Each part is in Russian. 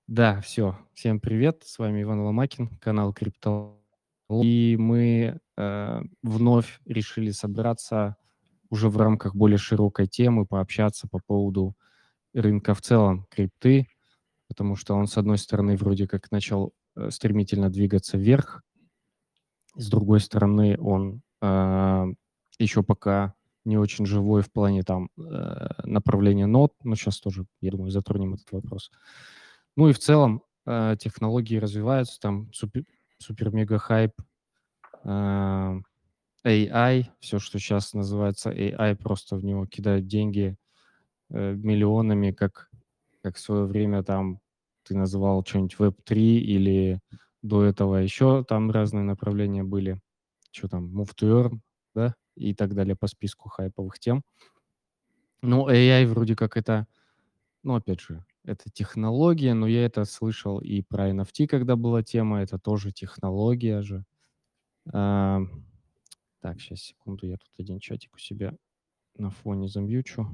Да, все. Всем привет. С вами Иван Ломакин, канал Криптологии. Всем привет. С вами Иван Ломакин, канал Криптологии. И мы вновь решили собраться уже в рамках более широкой темы, пообщаться по поводу рынка в целом крипты, потому что он, с одной стороны, вроде как начал стремительно двигаться вверх, с другой стороны, он еще пока не очень живой в плане там направления нод. Мы сейчас тоже, я думаю, затронем этот вопрос. Ну и в целом технологии развиваются, там супер-мега хайп, э, AI, все, что сейчас называется AI, просто в него кидают деньги миллионами, как в свое время там ты называл что-нибудь Web3 или до этого еще там разные направления были. Что там, Move to Earn, да, и так далее по списку хайповых тем. Ну, AI вроде как это, ну, опять же, это технология, но я это слышал и про NFT, когда была тема, это тоже технология же. А, так, сейчас, секунду, я тут один чатик у себя на фоне замьючу.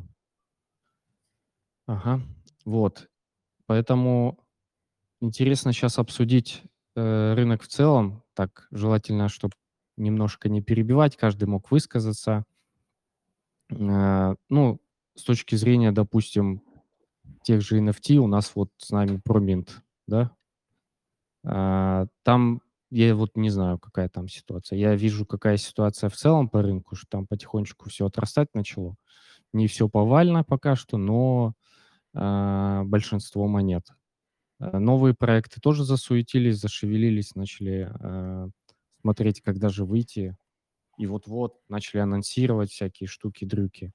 Ага, вот. Поэтому интересно сейчас обсудить рынок в целом. Так, желательно, чтобы немножко не перебивать, каждый мог высказаться. Ну, с точки зрения, допустим, тех же NFT, у нас вот с нами Проминт, да. Там я вот не знаю, какая там ситуация. Я вижу, какая ситуация в целом по рынку, что там потихонечку все отрастать начало. Не все повально пока что, но большинство монет. Новые проекты тоже засуетились, зашевелились, начали смотреть, когда же выйти. И вот-вот начали анонсировать всякие штуки-дрюки.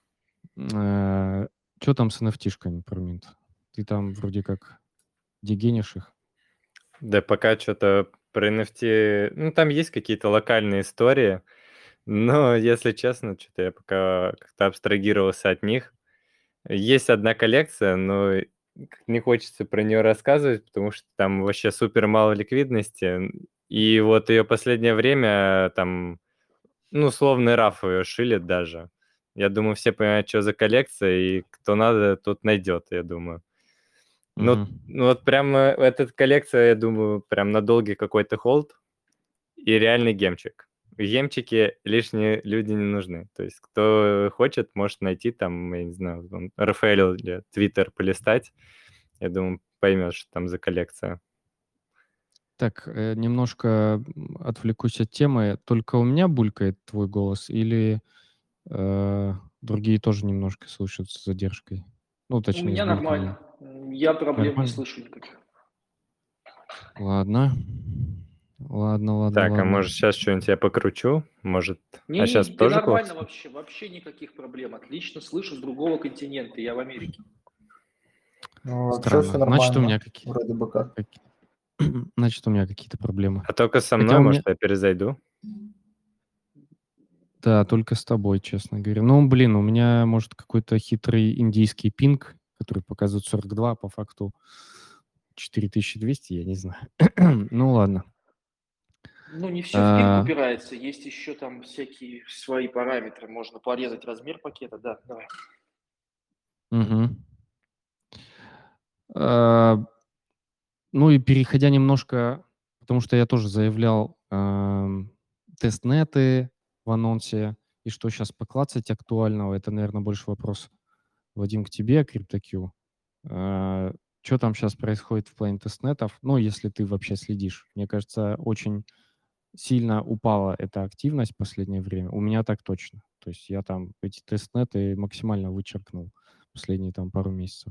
Что там с NFT-шками, Проминт? Ты там вроде как дегенишь их. Да пока что-то про NFT, ну, там есть какие-то локальные истории, но, если честно, что то я пока как-то абстрагировался от них. Есть одна коллекция, но не хочется про нее рассказывать, потому что там вообще супер мало ликвидности. И вот ее последнее время там, ну, условный раф её шилит даже. Я думаю, все понимают, что за коллекция, и кто надо, тот найдет, я думаю. Ну Мгм. ну вот прямо эта коллекция, я думаю, прям на долгий какой-то холд и реальный гемчик. В гемчике лишние люди не нужны. То есть кто хочет, может найти там, я не знаю, там Рафаэль или Твиттер полистать. Я думаю, поймет, что там за коллекция. Так, немножко отвлекусь от темы. Только у меня булькает твой голос или другие тоже немножко слышат с задержкой? Ну, У точнее, с меня бульканьем. нормально. Я проблем не Нормально? слышу никаких. Ладно. Ладно, ладно, Так, а ладно. может сейчас что-нибудь я покручу? Может, а Не-не, сейчас ты тоже плохо? нормально вообще, вообще никаких проблем. Отлично слышу с другого континента, я в Америке. Ну, вообще все Странно. Значит, у меня нормально, какие вроде бы как. каки значит, у меня какие-то проблемы. А только со Хотя мной, у может, меня я перезайду? да, только с тобой, честно говоря. Ну, блин, у меня, может, какой-то хитрый индийский пинг, который показывает 42, а по факту 4200, я не знаю. Ну ладно. Ну, не все в пинг А, упирается, есть еще там всякие свои параметры. Можно порезать размер пакета, да, давай. мгм. А, ну и переходя немножко, потому что я тоже заявлял, тестнеты в анонсе, и что сейчас поклацать актуального, это, наверное, больше вопрос, Вадим, к тебе, CryptoQ. Что там сейчас происходит в плане тестнетов? Ну, если ты вообще следишь. Мне кажется, очень сильно упала эта активность в последнее время. У меня так точно. То есть я там эти тестнеты максимально вычеркнул последние там пару месяцев.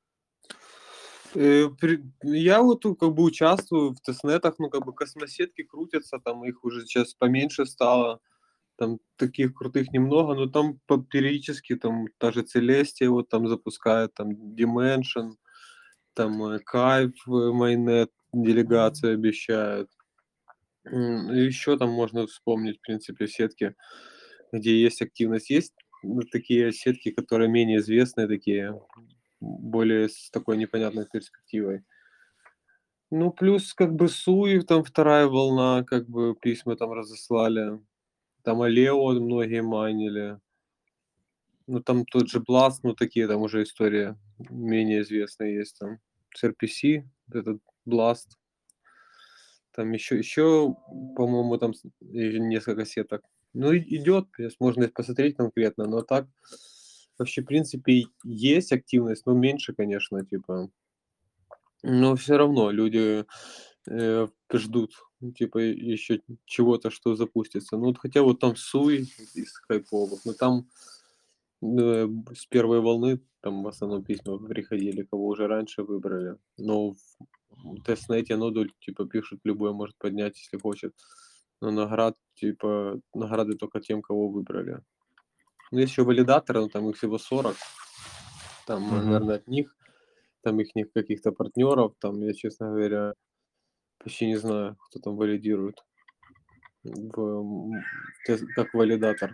Я вот как бы участвую в тестнетах, ну, как бы космосетки крутятся, там их уже сейчас поменьше стало, там таких крутых немного, но там периодически там та же Целестия вот там запускает, там Dimension, там Кайф, Майнет делегацию обещают. Еще там можно вспомнить, в принципе, сетки, где есть активность. Есть такие сетки, которые менее известные, такие более с такой непонятной перспективой. Ну, плюс как бы Суи, там вторая волна, как бы письма там разослали. Там Алео многие майнили. Ну, там тот же Blast, ну, такие там уже истории менее известные есть там. с RPC, этот Blast. Там еще, по-моему, там несколько сеток. Ну, идет, можно посмотреть конкретно, но так вообще, в принципе, есть активность, но меньше, конечно, типа. Но все равно люди ждут, типа, еще чего-то, что запустится. Ну, вот хотя вот там Суи из хайповых, но там с первой волны там в основном письма приходили, кого уже раньше выбрали. Но в тестнете ноду типа пишут, любой может поднять, если хочет. Но награды только тем, кого выбрали. Ну, есть еще валидаторы, но там их всего 40. Там, наверное, от них, там их каких-то партнеров, там, я, честно говоря, почти не знаю, кто там валидирует как валидатор.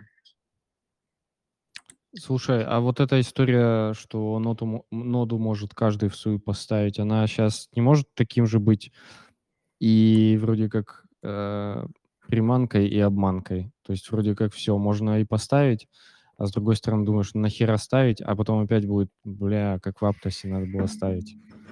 Слушай, а вот эта история, что ноду может каждый в свою поставить, она сейчас не может таким же быть и вроде как приманкой и обманкой? То есть вроде как все можно и поставить, а с другой стороны думаешь, нахера ставить, а потом опять будет, бля, как в Аптосе надо было ставить.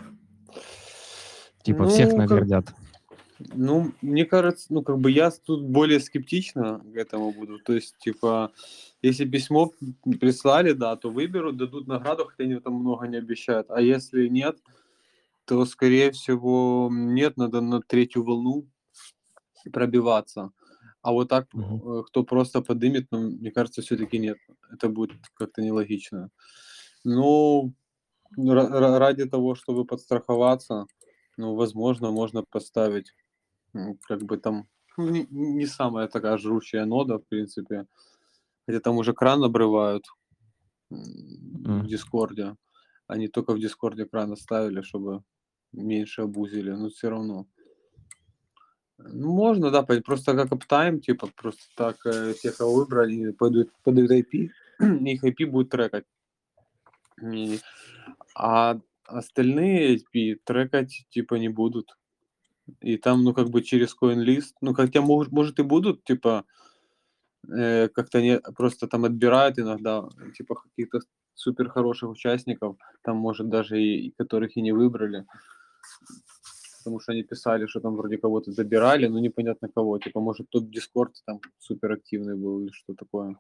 Типа всех Ну, навердят. Ну, мне кажется, ну, как бы я тут более скептично к этому буду. То есть, типа, если письмо прислали, да, то выберут, дадут награду, хотя они там много не обещают. А если нет, то, скорее всего, нет, надо на третью волну пробиваться. А вот так, кто просто подымет, ну, мне кажется, все-таки нет. Это будет как-то нелогично. Ну, ради того, чтобы подстраховаться, ну, возможно, можно поставить как бы там не самая такая жрущая нода, в принципе. Хотя там уже кран обрывают в Дискорде. Они только в Дискорде кран оставили, чтобы меньше обузили, но все равно. Ну, можно, да, просто как аптайм, типа, просто так тех, кого выбрали, подают IP, их IP будет трекать. А остальные IP трекать, типа, не будут. И там, ну, как бы через CoinList, ну, хотя, может и будут, типа, как-то не просто там отбирают иногда, типа, каких-то супер хороших участников, там, может, даже и которых и не выбрали, потому что они писали, что там вроде кого-то забирали, но непонятно кого, типа, может, тот в Дискорде там супер активный был или что такое.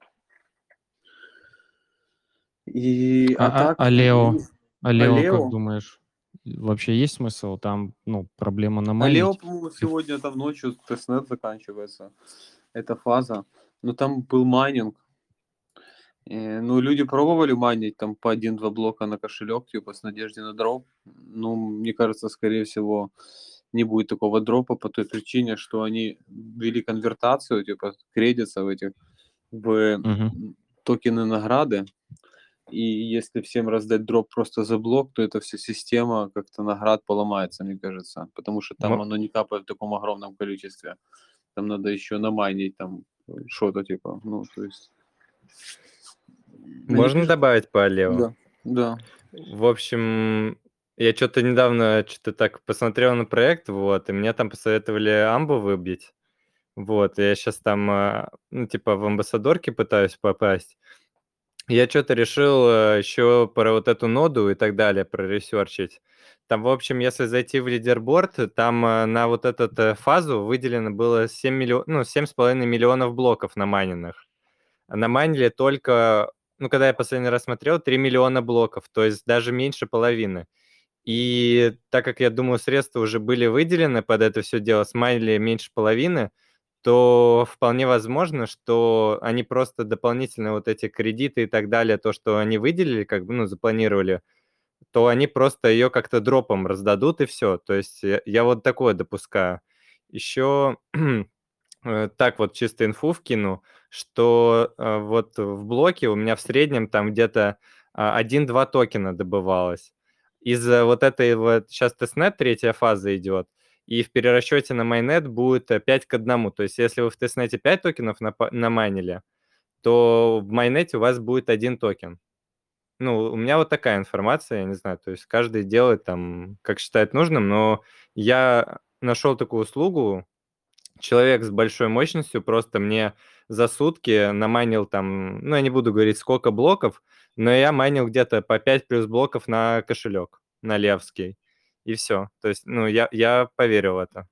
Так, Лео? А Лео, как Лео? думаешь, вообще есть смысл? Там, ну, проблема Лео, намайнить. по-моему, сегодня там ночью тестнет заканчивается, эта фаза. Но там был майнинг. Ну, люди пробовали майнить там по 1-2 блока на кошелек, типа с надеждой на дроп. Ну, мне кажется, скорее всего, не будет такого дропа по той причине, что они ввели конвертацию, типа кредитов в токены награды. И если всем раздать дроп просто за блок, то эта вся система как-то наград поломается, мне кажется. Потому что там оно не капает в таком огромном количестве. Там надо еще намайнить там что-то типа. Ну, то есть... Можно добавить по Лео? Да, да. В общем, я что-то недавно так посмотрел на проект, вот, и мне там посоветовали амбу выбить. Вот, я сейчас там, ну, типа, в амбассадорке пытаюсь попасть. Я что-то решил еще про вот эту ноду и так далее проресерчить. Там, в общем, если зайти в лидерборд, там на вот эту фазу выделено было 7,5 миллионов блоков намайненных. Намайнили только, ну, когда я последний раз смотрел, 3 миллиона блоков, то есть даже меньше половины. И так как, я думаю, средства уже были выделены под это все дело, смайнили меньше половины, то вполне возможно, что они просто дополнительно вот эти кредиты и так далее, то, что они выделили, как бы, ну, запланировали, то они просто ее как-то дропом раздадут и все. То есть я вот такое допускаю. Еще так вот чисто инфу вкину, что вот в блоке у меня в среднем там где-то 1-2 токена добывалось. Из-за вот этой вот, сейчас тестнет третья фаза идет, и в перерасчете на майнет будет 5 к 1. То есть если вы в тестнете 5 токенов намайнили, то в майнете у вас будет 1 токен. Ну, у меня вот такая информация, я не знаю, то есть каждый делает там, как считает нужным, но я нашел такую услугу, человек с большой мощностью просто мне за сутки намайнил там, ну, я не буду говорить, сколько блоков, но я майнил где-то по 5 плюс блоков на кошелек, на левский. и все. То есть, ну, я поверил в это.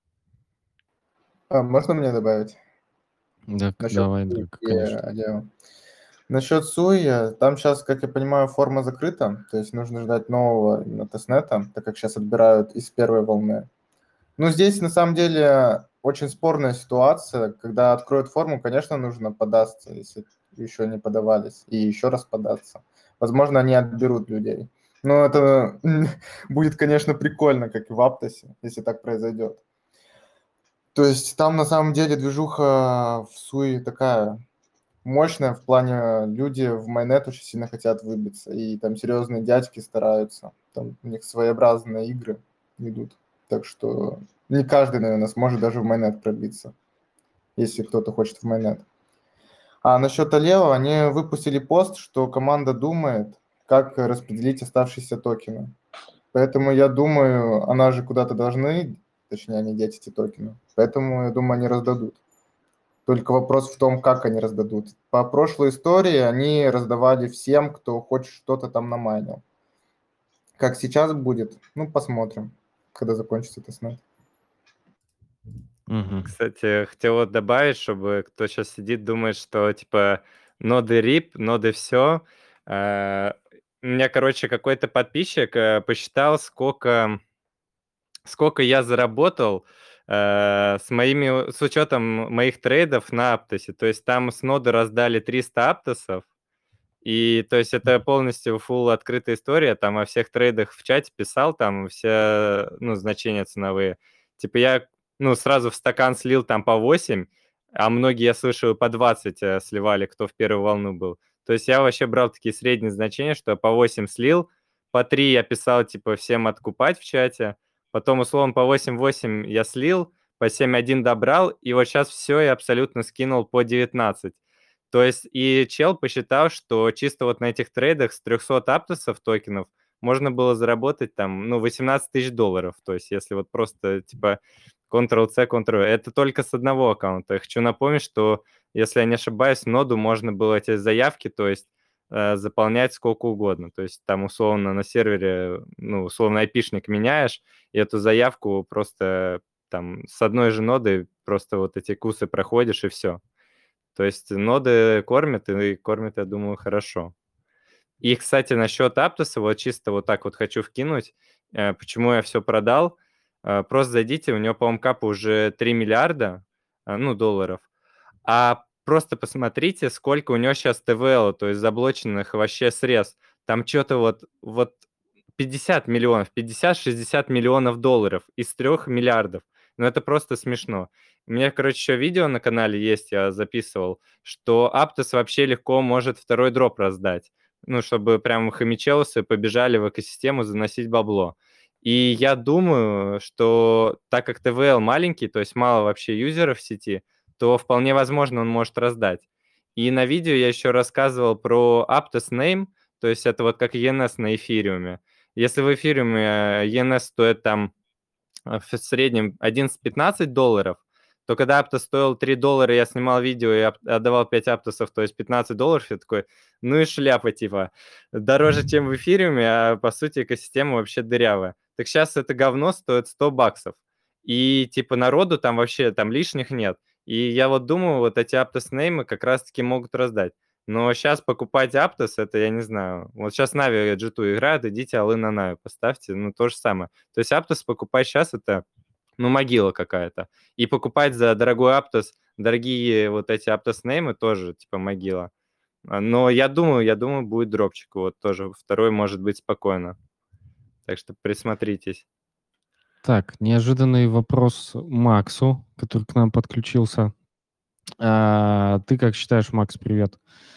Можно мне добавить? Да, Насчет давай, Суи Драк, и конечно. Алео. Насчет Суи, там сейчас, как я понимаю, форма закрыта, то есть нужно ждать нового именно тестнета, так как сейчас отбирают из первой волны. Ну, здесь на самом деле очень спорная ситуация. Когда откроют форму, конечно, нужно податься, если еще не подавались, и еще раз податься. Возможно, они отберут людей. Но это будет, конечно, прикольно, как и в Аптосе, если так произойдет. То есть там на самом деле движуха в Суи такая мощная в плане люди в майонет очень сильно хотят выбиться, и там серьезные дядьки стараются, там у них своеобразные игры идут, так что не каждый, наверное, сможет даже в майонет пробиться, если кто-то хочет в майонет. А насчет Алео, они выпустили пост, что команда думает, как распределить оставшиеся токены. Поэтому я думаю, она же куда-то должны, точнее, они деть эти токены. Поэтому, я думаю, они раздадут. Только вопрос в том, как они раздадут. По прошлой истории они раздавали всем, кто хоть что-то там намайнил. Как сейчас будет, ну, посмотрим, когда закончится тестнет. Мгм. Кстати, хотел вот добавить, чтобы кто сейчас сидит, думает, что типа ноды RIP, ноды все. У меня, короче, какой-то подписчик посчитал, сколько я заработал с учетом моих трейдов на Аптосе. То есть там с ноды раздали 300 Аптосов, и то есть это полностью full открытая история, там во всех трейдах в чате писал, там все, ну, значения ценовые. Типа я, ну, сразу в стакан слил там по 8, а многие, я слышал, по 20 сливали, кто в первую волну был. То есть я вообще брал такие средние значения, что я по 8 слил, по 3 я писал, типа, всем откупать в чате, потом, условно, по 8-8 я слил, по 7-1 добрал, и вот сейчас все я абсолютно скинул по 19. То есть и чел посчитал, что чисто вот на этих трейдах с 300 аптосов токенов можно было заработать там, ну, 18 тысяч долларов. То есть если вот просто типа Ctrl-C, Ctrl-V. Это только с одного аккаунта. Я хочу напомнить, что, если я не ошибаюсь, ноду можно было эти заявки, то есть заполнять сколько угодно. То есть там условно на сервере, ну, условно айпишник меняешь, и эту заявку просто там с одной же ноды просто вот эти кусы проходишь, и все. То есть ноды кормят, и кормят, я думаю, хорошо. И, кстати, насчет Аптоса, вот чисто вот так вот хочу вкинуть, почему я все продал. Просто зайдите, у него, по-моему, капа уже 3 миллиарда, ну, долларов. А просто посмотрите, сколько у него сейчас ТВЛ, то есть заблоченных вообще средств. Там что-то вот 50 миллионов, 50-60 миллионов долларов из 3 миллиардов. Ну, это просто смешно. У меня, короче, еще видео на канале есть, я записывал, что Аптос вообще легко может второй дроп раздать. Ну, чтобы прям хомячелсы побежали в экосистему заносить бабло. И я думаю, что так как ТВЛ маленький, то есть мало вообще юзеров в сети, то вполне возможно он может раздать. И на видео я еще рассказывал про Aptos Name, то есть это вот как ENS на эфириуме. Если в эфириуме ENS стоит там в среднем 11-15 долларов, то когда Aptos стоил 3 доллара, я снимал видео и отдавал 5 аптосов, то есть 15 долларов, я такой, ну и шляпа, типа, дороже, чем в эфириуме, а по сути экосистема вообще дырявая. Так сейчас это говно стоит 100 баксов. И типа народу там вообще там лишних нет. И я вот думаю, вот эти Aptos неймы как раз-таки могут раздать. Но сейчас покупать Aptos, это я не знаю. Вот сейчас Нави G2 играют, идите аллы на Нави поставьте, ну то же самое. То есть Aptos покупать сейчас это, ну, могила какая-то. И покупать за дорогой Aptos, дорогие вот эти Aptos неймы тоже типа могила. Но я думаю, будет дропчик. Вот тоже второй может быть спокойно. Так что присмотритесь. Так, неожиданный вопрос Максу, который к нам подключился. Ты как считаешь, Макс, привет?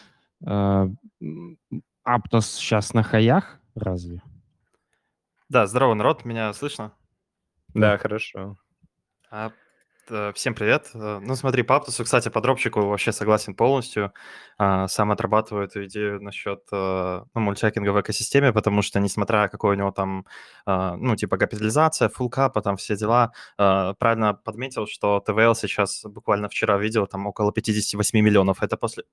Аптос сейчас на хаях разве? Да, здорово, народ, меня слышно? Да, хорошо. Всем привет. Ну, смотри, по Аптосу, кстати, по дропчику вообще согласен полностью. Сам отрабатываю эту идею насчет мультчекинга в экосистеме, потому что, несмотря какой у него там, ну, типа капитализация, фулкапа, там все дела, правильно подметил, что ТВЛ сейчас, буквально вчера видел, там около 58 миллионов. Это после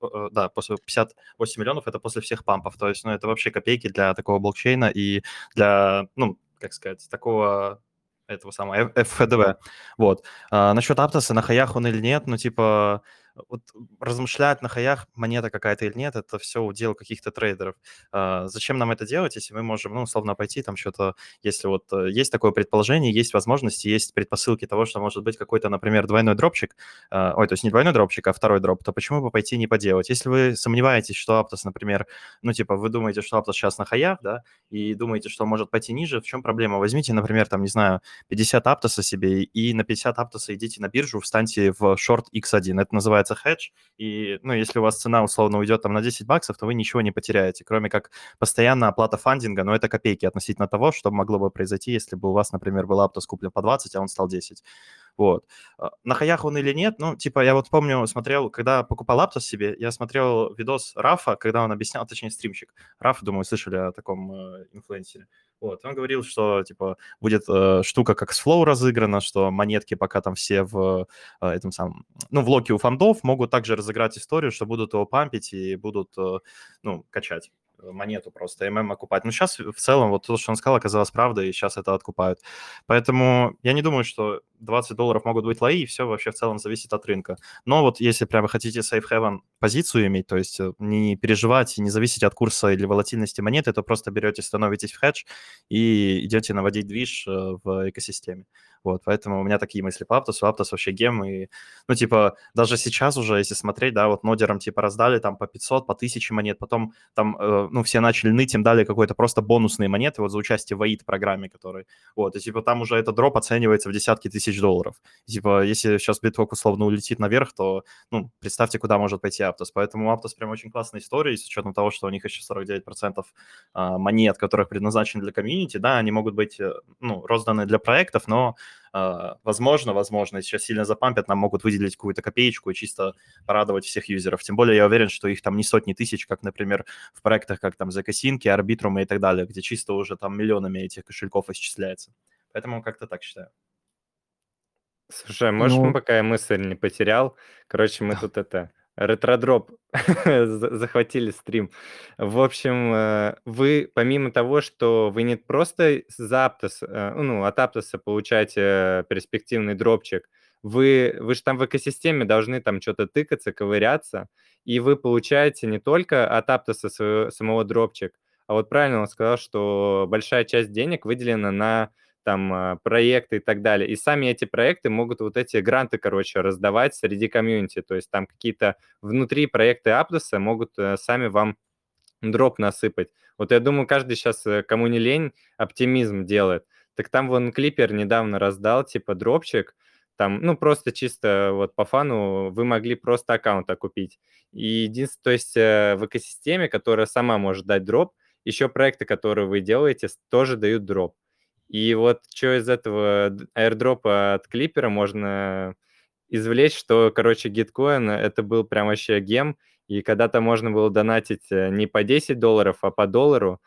58 миллионов, это после всех пампов. То есть, ну, это вообще копейки для такого блокчейна и для, ну, как сказать, такого этого самого FFDV. Вот. Насчет Аптоса, на хаях он или нет, ну, типа, вот размышлять, на хаях монета какая-то или нет, это все удел каких-то трейдеров. Зачем нам это делать, если мы можем, ну, условно, пойти там что-то, если вот есть такое предположение, есть возможности, есть предпосылки того, что может быть какой-то, например, двойной дропчик, то есть не двойной дропчик, а второй дроп, то почему бы пойти не поделать? Если вы сомневаетесь, что Аптос, например, ну, типа, вы думаете, что Аптос сейчас на хаях, да, и думаете, что может пойти ниже, в чем проблема? Возьмите, например, там, не знаю, 50 Аптоса себе, и на 50 Аптоса идите на биржу, встаньте в шорт X1. Это называется хедж, и, ну, если у вас цена условно уйдет там на 10 баксов, то вы ничего не потеряете, кроме как постоянная оплата фандинга, но это копейки относительно того, что могло бы произойти, если бы у вас, например, был Аптос куплен по 20, а он стал 10. Вот. На хаях он или нет, ну, типа, я вот помню, смотрел, когда покупал Аптос себе, я смотрел видос Рафа, когда он объяснял, точнее, стримщик. Раф, думаю, слышали о таком инфлюенсере. Вот, он говорил, что, типа, будет штука как с Flow разыграна, что монетки пока там все в этом самом, ну, в локе у фондов могут также разыграть историю, что будут его пампить и будут, ну, качать монету просто, ММ окупать. Но сейчас в целом вот то, что он сказал, оказалось правдой, и сейчас это откупают. Поэтому я не думаю, что $20 могут быть лои, и все вообще в целом зависит от рынка. Но вот если прямо хотите safe haven позицию иметь, то есть не переживать и не зависеть от курса или волатильности монеты, то просто берете, становитесь в хедж и идете наводить движ в экосистеме. Вот, поэтому у меня такие мысли по Аптосу. Аптос вообще гем, и, ну, типа, даже сейчас уже, если смотреть, да, вот нодерам, типа, раздали там по 500, по 1000 монет, потом там, ну, все начали ныть, им дали какой-то просто бонусные монеты вот за участие в AID-программе, который, вот, и, типа, там уже этот дроп оценивается в десятки тысяч $. И, типа, если сейчас биток условно улетит наверх, то, ну, представьте, куда может пойти Аптос. Поэтому Аптос прям очень классная история, с учетом того, что у них еще 49% монет, которых предназначены для комьюнити, да, они могут быть, ну, розданы для проектов, но возможно, если сейчас сильно запампят, нам могут выделить какую-то копеечку и чисто порадовать всех юзеров. Тем более я уверен, что их там не сотни тысяч, как, например, в проектах, как там Zcash, Arbitrum и так далее, где чисто уже там миллионами этих кошельков исчисляется. Поэтому как-то так считаю. Слушай, а можешь, Ну, пока я мысль не потерял, короче, мы тут ретродроп захватили стрим. В общем, вы помимо того, что вы не просто за Аптос, ну, от Аптоса получаете перспективный дропчик, вы же там в экосистеме должны там что-то тыкаться, ковыряться, и вы получаете не только от Аптоса самого дропчик, а вот правильно он сказал, что большая часть денег выделена на там проекты и так далее. И сами эти проекты могут вот эти гранты, короче, раздавать среди комьюнити. То есть там какие-то внутри проекты Аптоса могут сами вам дроп насыпать. Вот я думаю, каждый сейчас, кому не лень, оптимизм делает. Так там вон Клипер недавно раздал, типа, дропчик, там, ну, просто чисто вот по фану вы могли просто аккаунт окупить. И единственное, то есть в экосистеме, которая сама может дать дроп, еще проекты, которые вы делаете, тоже дают дроп. И вот что из этого аирдропа от Клипера можно извлечь, что, короче, гиткоин это был прям вообще гем, и когда-то можно было донатить не по $10, а по доллару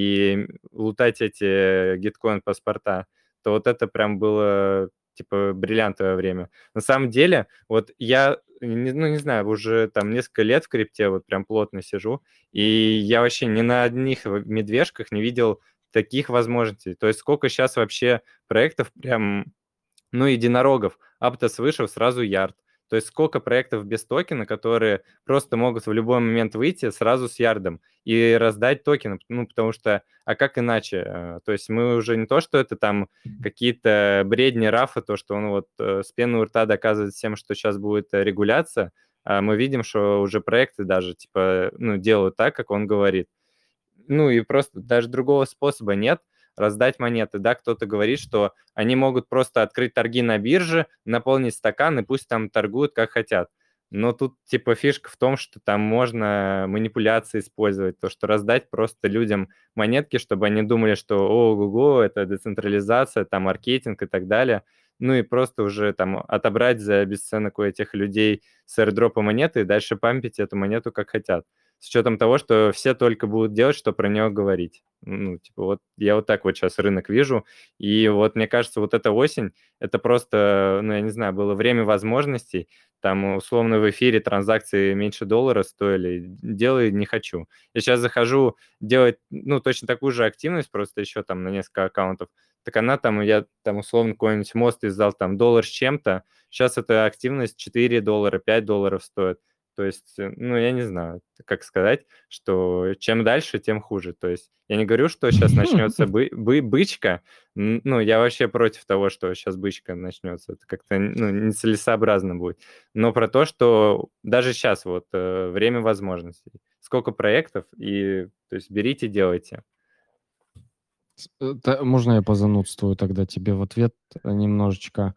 и лутать эти гиткоин-паспорта, то вот это прям было, типа, бриллиантовое время. На самом деле, вот я, ну, не знаю, уже там несколько лет в крипте вот прям плотно сижу, и я вообще ни на одних медвежках не видел таких возможностей. То есть сколько сейчас вообще проектов прям, ну, единорогов. Аптос вышел, сразу ярд. То есть сколько проектов без токена, которые просто могут в любой момент выйти сразу с ярдом и раздать токены. Ну, потому что, а как иначе? То есть мы уже не то, что это там какие-то бредни Рафа, то, что он вот с пены у рта доказывает всем, что сейчас будет регуляция, а мы видим, что уже проекты даже, типа, ну, делают так, как он говорит. Ну и просто даже другого способа нет раздать монеты. Да, кто-то говорит, что они могут просто открыть торги на бирже, наполнить стакан и пусть там торгуют как хотят. Но тут типа фишка в том, что там можно манипуляции использовать, то, что раздать просто людям монетки, чтобы они думали, что ого-го, это децентрализация, там маркетинг и так далее. Ну и просто уже там отобрать за бесценок у этих людей с airdropа монеты и дальше пампить эту монету как хотят. С учетом того, что все только будут делать, что про нее говорить. Ну, типа, вот я вот так вот сейчас рынок вижу. И вот мне кажется, вот эта осень, это просто, ну, я не знаю, было время возможностей. Там, условно, в эфире транзакции меньше доллара стоили. Делай, не хочу. Я сейчас захожу делать, ну, точно такую же активность, просто еще там на несколько аккаунтов. так она там, я там условно какой-нибудь мост издал там $1 с чем-то, сейчас эта активность $4, $5 стоит. То есть, ну, я не знаю, как сказать, что чем дальше, тем хуже. То есть я не говорю, что сейчас начнется бычка. Ну, я вообще против того, что сейчас бычка начнется. Это как-то ну, нецелесообразно будет. Но про то, что даже сейчас вот время возможностей. Сколько проектов, и то есть берите, делайте. Можно я позанудствую тогда тебе в ответ немножечко?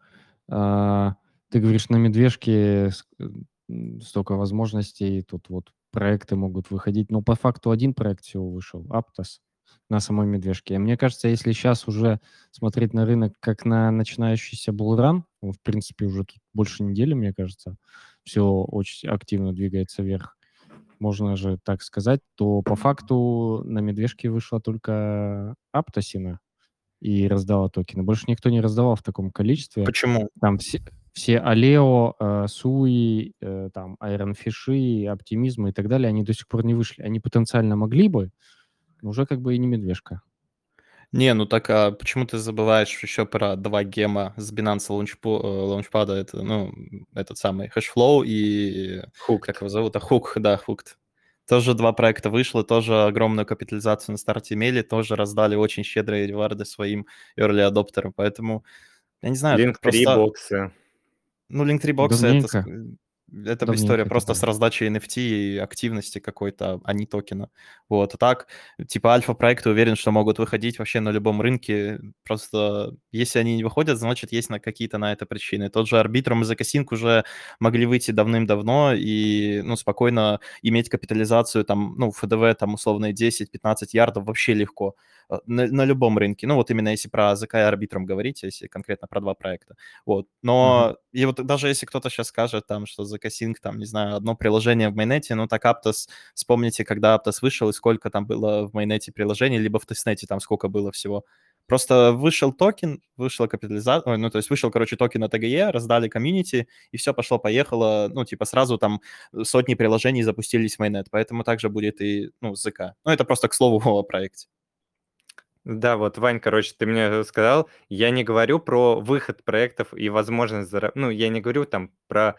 Ты говоришь, на медвежке столько возможностей, тут вот проекты могут выходить. Но по факту один проект всего вышел, Aptos, на самой медвежке. И мне кажется, если сейчас уже смотреть на рынок как на начинающийся булран, он, в принципе, уже тут больше недели, мне кажется, все очень активно двигается вверх, можно же так сказать, то по факту на медвежке вышла только Аптосина и раздала токены. Больше никто не раздавал в таком количестве. Почему? Там все Алео, Суи, там Айронфиши, Оптимизмы и так далее, они до сих пор не вышли. Они потенциально могли бы, но уже как бы и не медвежка. Не, ну так, а почему ты забываешь еще про 2 гема с Binance Launchpad? Это, ну, этот самый Hashflow и... Hooked. Как его зовут? Hook, да, Hooked. Тоже 2 проекта вышло, тоже огромную капитализацию на старте имели, тоже раздали очень щедрые реварды своим early адоптерам, поэтому, я не знаю, Link 3 просто... боксы. Ну, Link3 боксы Давненько. это история Давненько это просто было. с раздачей NFT и активности какой-то, а не токена. Вот, а так, типа альфа-проекты уверен, что могут выходить вообще на любом рынке. Просто если они не выходят, значит, есть какие-то на это причины. Тот же Arbitrum и Zcash уже могли выйти давным-давно и, ну, спокойно иметь капитализацию там, ну, ФДВ там условно 10-15 ярдов вообще легко на любом рынке. Ну, вот именно если про ЗК и Arbitrum говорить, если конкретно про 2 проекта. Вот. Но и вот даже если кто-то сейчас скажет, там, что Zcash, там, не знаю, одно приложение в майнете, ну, так Aptos, вспомните, когда Aptos вышел и сколько там было в майнете приложений, либо в тестнете там сколько было всего. Просто вышел токен, вышла капитализация, ну, то есть вышел, короче, токен от AGE, раздали комьюнити, и все пошло-поехало, ну, типа сразу там сотни приложений запустились в майнет, поэтому также будет и, ну, ЗК. Ну, это просто к слову о проекте. Да, вот, Вань, короче, ты мне сказал, я не говорю про выход проектов и возможность ну, я не говорю там про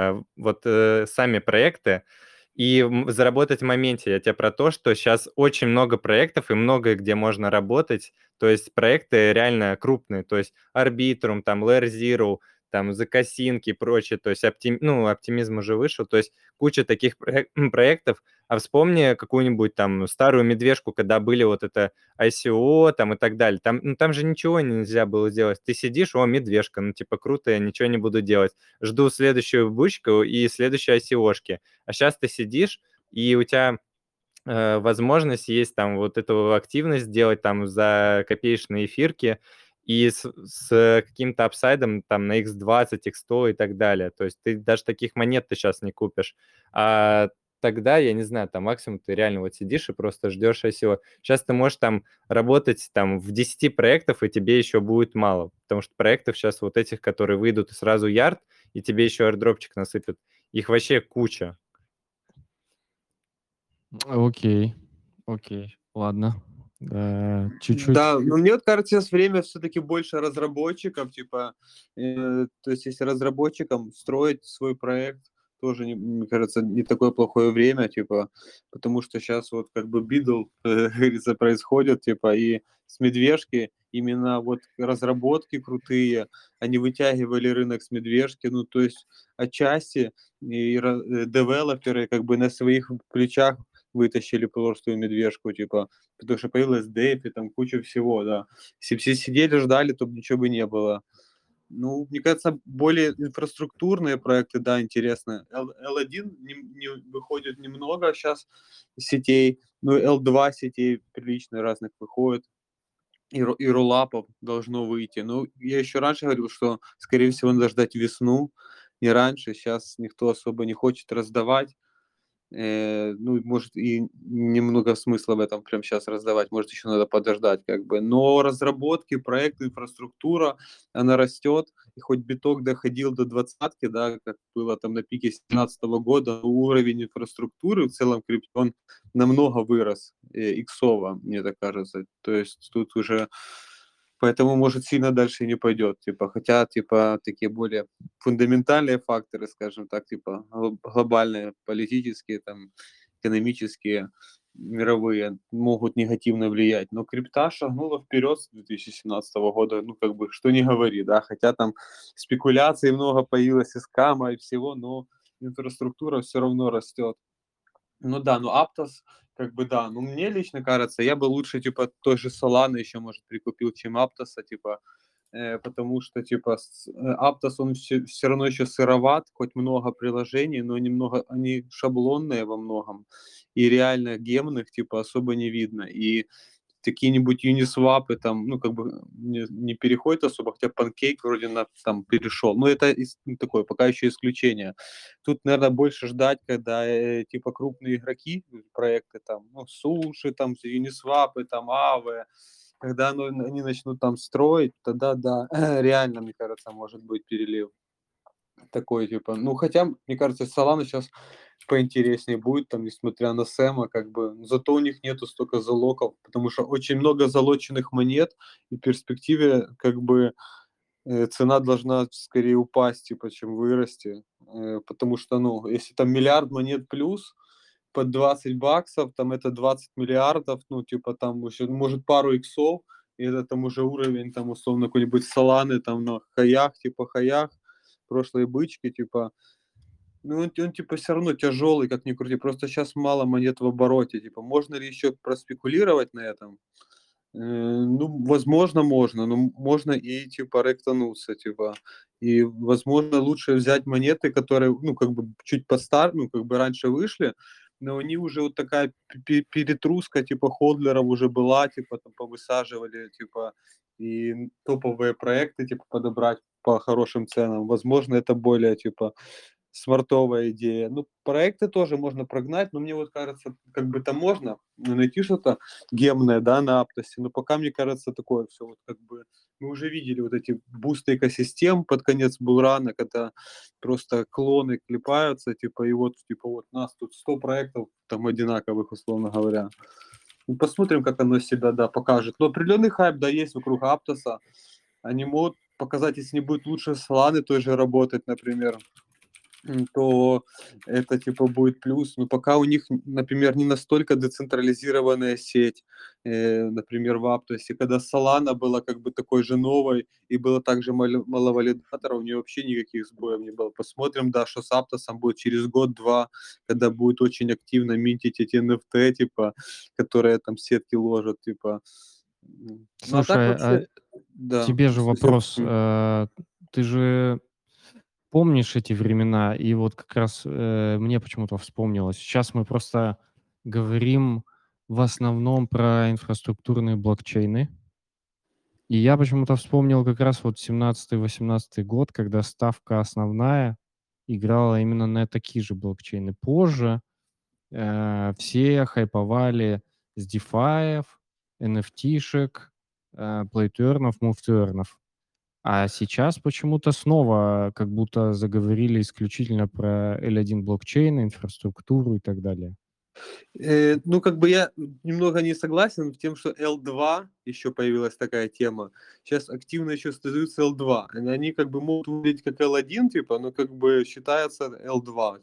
сами проекты и заработать в моменте. Я тебе про то, что сейчас очень много проектов и многое, где можно работать. То есть проекты реально крупные, то есть Arbitrum, там Layer Zero, там Zcash и прочее. То есть оптимизм уже вышел. То есть куча таких проектов. А вспомни какую-нибудь там старую медвежку, когда были вот это ICO там и так далее. Там же ничего нельзя было сделать. Ты сидишь, о, медвежка, ну типа круто, я ничего не буду делать. Жду следующую бычку и следующие ICO-шки. А сейчас ты сидишь, и у тебя возможность есть там вот эту активность делать там за копеечные эфирки и с каким-то апсайдом там на X20, X100 и так далее. То есть ты даже таких монет ты сейчас не купишь. А тогда, я не знаю, там максимум ты реально вот сидишь и просто ждешь ICO. Сейчас ты можешь там работать там в 10 проектов, и тебе еще будет мало. Потому что проектов сейчас вот этих, которые выйдут и сразу ярд, и тебе еще airdropчик насыпят, их вообще куча. Окей, ладно. Чуть-чуть. Да, но мне вот кажется, сейчас время все-таки больше разработчиков, типа, то есть если разработчикам строить свой проект, тоже, мне кажется, не такое плохое время, типа, потому что сейчас вот как бы бидл, как говорится, происходит, типа, и с медвежки именно вот разработки крутые, они вытягивали рынок с медвежки, ну, то есть отчасти и девелоперы как бы на своих плечах вытащили простую медвежку, типа, потому что появилась DeFi, там куча всего, да. Если бы все сидели, ждали, то ничего бы не было. Ну, мне кажется, более инфраструктурные проекты, да, интересны. L1 не выходит немного сейчас сетей, но L2 сетей прилично разных выходит. И роллапов должно выйти. Ну, я еще раньше говорил, что, скорее всего, надо ждать весну, не раньше. Сейчас никто особо не хочет раздавать. Ну, может, и немного смысла в этом прямо сейчас раздавать, может, еще надо подождать, как бы. Но разработки, проект, инфраструктура, она растет, и хоть биток доходил до 20-ки, да, как было там на пике 2017 года, уровень инфраструктуры в целом крипте, он намного вырос, иксово, мне так кажется. То есть тут уже поэтому, может, сильно дальше и не пойдет, типа, хотя, типа, такие более фундаментальные факторы, скажем так, типа, глобальные, политические, там, экономические, мировые, могут негативно влиять, но крипта шагнула вперед с 2017 года, ну, как бы, что не говори, да, хотя там спекуляций много появилось, и скама, и всего, но инфраструктура все равно растет. Ну да, ну Aptos, как бы да. Ну мне лично кажется, я бы лучше, типа, той же Solana еще, может, прикупил, чем Aptos, типа, потому что, типа, Aptos, он все равно еще сыроват, хоть много приложений, но немного, они шаблонные во многом, и реально гемных, типа, особо не видно. И какие-нибудь Uniswap там, ну, как бы не переходит особо, хотя Pancake вроде там перешел. Но это такое пока еще исключение. Тут, наверное, больше ждать, когда типа крупные игроки, проекты там, ну, Суши, там, Uniswap, там, Aave, когда они начнут там строить, тогда да, реально, мне кажется, может быть перелив такой, типа, ну, хотя, мне кажется, Solana сейчас поинтереснее будет, там, несмотря на Сэма, как бы, зато у них нету столько залогов, потому что очень много залоченных монет, и в перспективе, как бы, цена должна скорее упасть, типа, чем вырасти, потому что, ну, если там миллиард монет плюс, под 20 баксов, там это 20 миллиардов, ну, типа, там еще, может, пару иксов, и это там уже уровень, там, условно, какой-нибудь Соланы, там, на хаях, прошлой бычки, типа, ну, он типа все равно тяжелый, как ни крути. Просто сейчас мало монет в обороте. Типа, можно ли еще проспекулировать на этом? Ну, возможно, можно, но можно и типа ректануться, типа. И, возможно, лучше взять монеты, которые, ну, как бы чуть ну, как бы раньше вышли, но они уже вот такая перетруска, типа, ходлеров уже была, типа, там повысаживали, типа, и топовые проекты, типа, подобрать по хорошим ценам. Возможно, это более, типа, смартовая идея. Ну, проекты тоже можно прогнать, но мне вот кажется, как бы там можно найти что-то гемное, да, на Аптосе, но пока, мне кажется, такое все вот как бы мы уже видели вот эти бусты экосистем под конец булрана, когда просто клоны клепаются, типа вот нас тут 100 проектов там одинаковых, условно говоря. Ну, посмотрим, как оно себя, да, покажет. Но определенный хайп, да, есть вокруг Аптоса. Они могут показать, если не будет лучше Solana той же работать, например, то это типа будет плюс. Но пока у них, например, не настолько децентрализированная сеть, например, в Аптосе, когда Solana была как бы такой же новой и было также мало валидаторов, у нее вообще никаких сбоев не было. Посмотрим, да, что с Аптосом будет через год-два, когда будет очень активно минтить эти NFT, типа, которые там сетки ложат, типа. Ну а так Слушай, а вообще, да, тебе же совсем. вопрос. Ты же помнишь эти времена? И вот как раз мне почему-то вспомнилось. Сейчас мы просто говорим в основном про инфраструктурные блокчейны. И я почему-то вспомнил как раз вот 17-18 год, когда ставка основная играла именно на такие же блокчейны. Позже все хайповали с DeFi, NFT-шек, плейтернов, мувтернов. А сейчас почему-то снова как будто заговорили исключительно про L1 блокчейн, инфраструктуру и так далее. Ну, как бы я немного не согласен в тем, что L2 еще появилась такая тема. Сейчас активно еще создаются L2. Они как бы могут выглядеть как L1, типа, но как бы считается L2.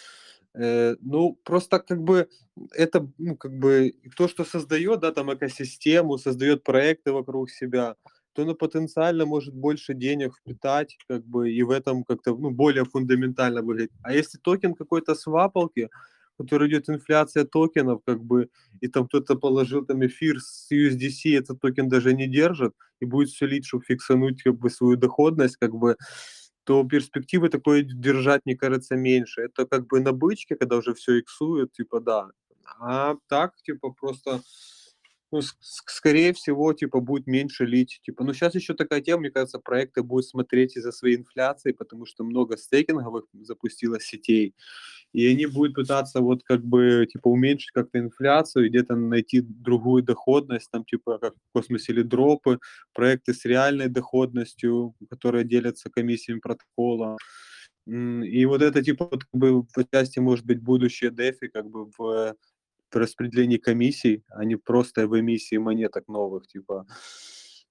Ну, просто как бы это, ну, как бы то, что создает, да, там экосистему, создает проекты вокруг себя, то оно потенциально может больше денег впитать, как бы, и в этом как-то, ну, более фундаментально выглядит. А если токен какой-то свапалки, который идет инфляция токенов, как бы, и там кто-то положил там эфир с USDC, этот токен даже не держит, и будет все лить, чтобы фиксануть как бы свою доходность, как бы, то перспективы такое держать, мне кажется, меньше. Это как бы на бычке, когда уже все иксует, типа, да. А так, типа, просто, ну, скорее всего, типа, будет меньше лить. Типа, ну, сейчас еще такая тема, мне кажется, проекты будут смотреть из-за своей инфляции, потому что много стейкинговых запустилось сетей, и они будут пытаться вот как бы типа уменьшить как-то инфляцию и где-то найти другую доходность, там типа как в космосе или дропы, проекты с реальной доходностью, которые делятся комиссиями протокола. И вот это типа вот, как бы в части может быть будущее DeFi как бы в распределении комиссий, а не просто в эмиссии монеток новых, типа.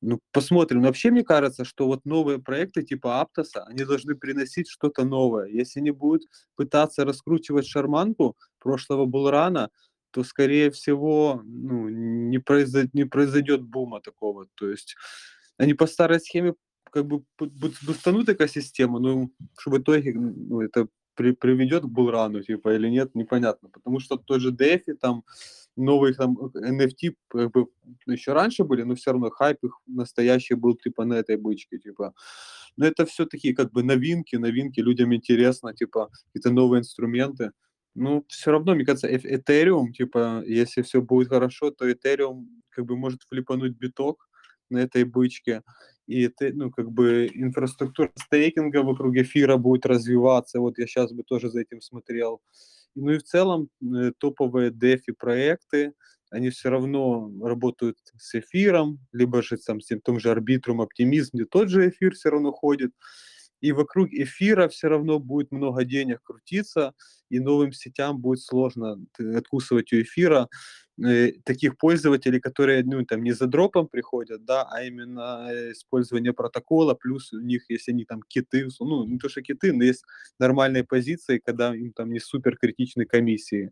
Ну, посмотрим. Но вообще, мне кажется, что вот новые проекты типа Аптоса, они должны приносить что-то новое. Если они будут пытаться раскручивать шарманку прошлого булрана, то, скорее всего, ну, не произойдет бума такого. То есть они по старой схеме как бы бустанут экосистему, но что в итоге ну, это приведет к булрану, типа, или нет, непонятно. Потому что тот же DeFi, там, новые там NFT как бы еще раньше были, но все равно хайп их настоящий был типа на этой бычке, типа. Но это все такие как бы новинки, людям интересно, типа, какие-то новые инструменты. Ну, все равно, мне кажется, Ethereum, типа, если все будет хорошо, то Ethereum как бы может флипануть биток на этой бычке. И это, ну, как бы инфраструктура стейкинга вокруг эфира будет развиваться. Вот я сейчас бы тоже за этим смотрел. Ну и в целом топовые DeFi проекты, они все равно работают с эфиром, либо же там, с том же Arbitrum, Optimism, где тот же эфир все равно ходит. И вокруг эфира все равно будет много денег крутиться, и новым сетям будет сложно откусывать у эфира таких пользователей, которые ну, там, не за дропом приходят, да, а именно использование протокола, плюс у них, если они там киты, ну, не то что киты, но есть нормальные позиции, когда им там не супер критичны комиссии.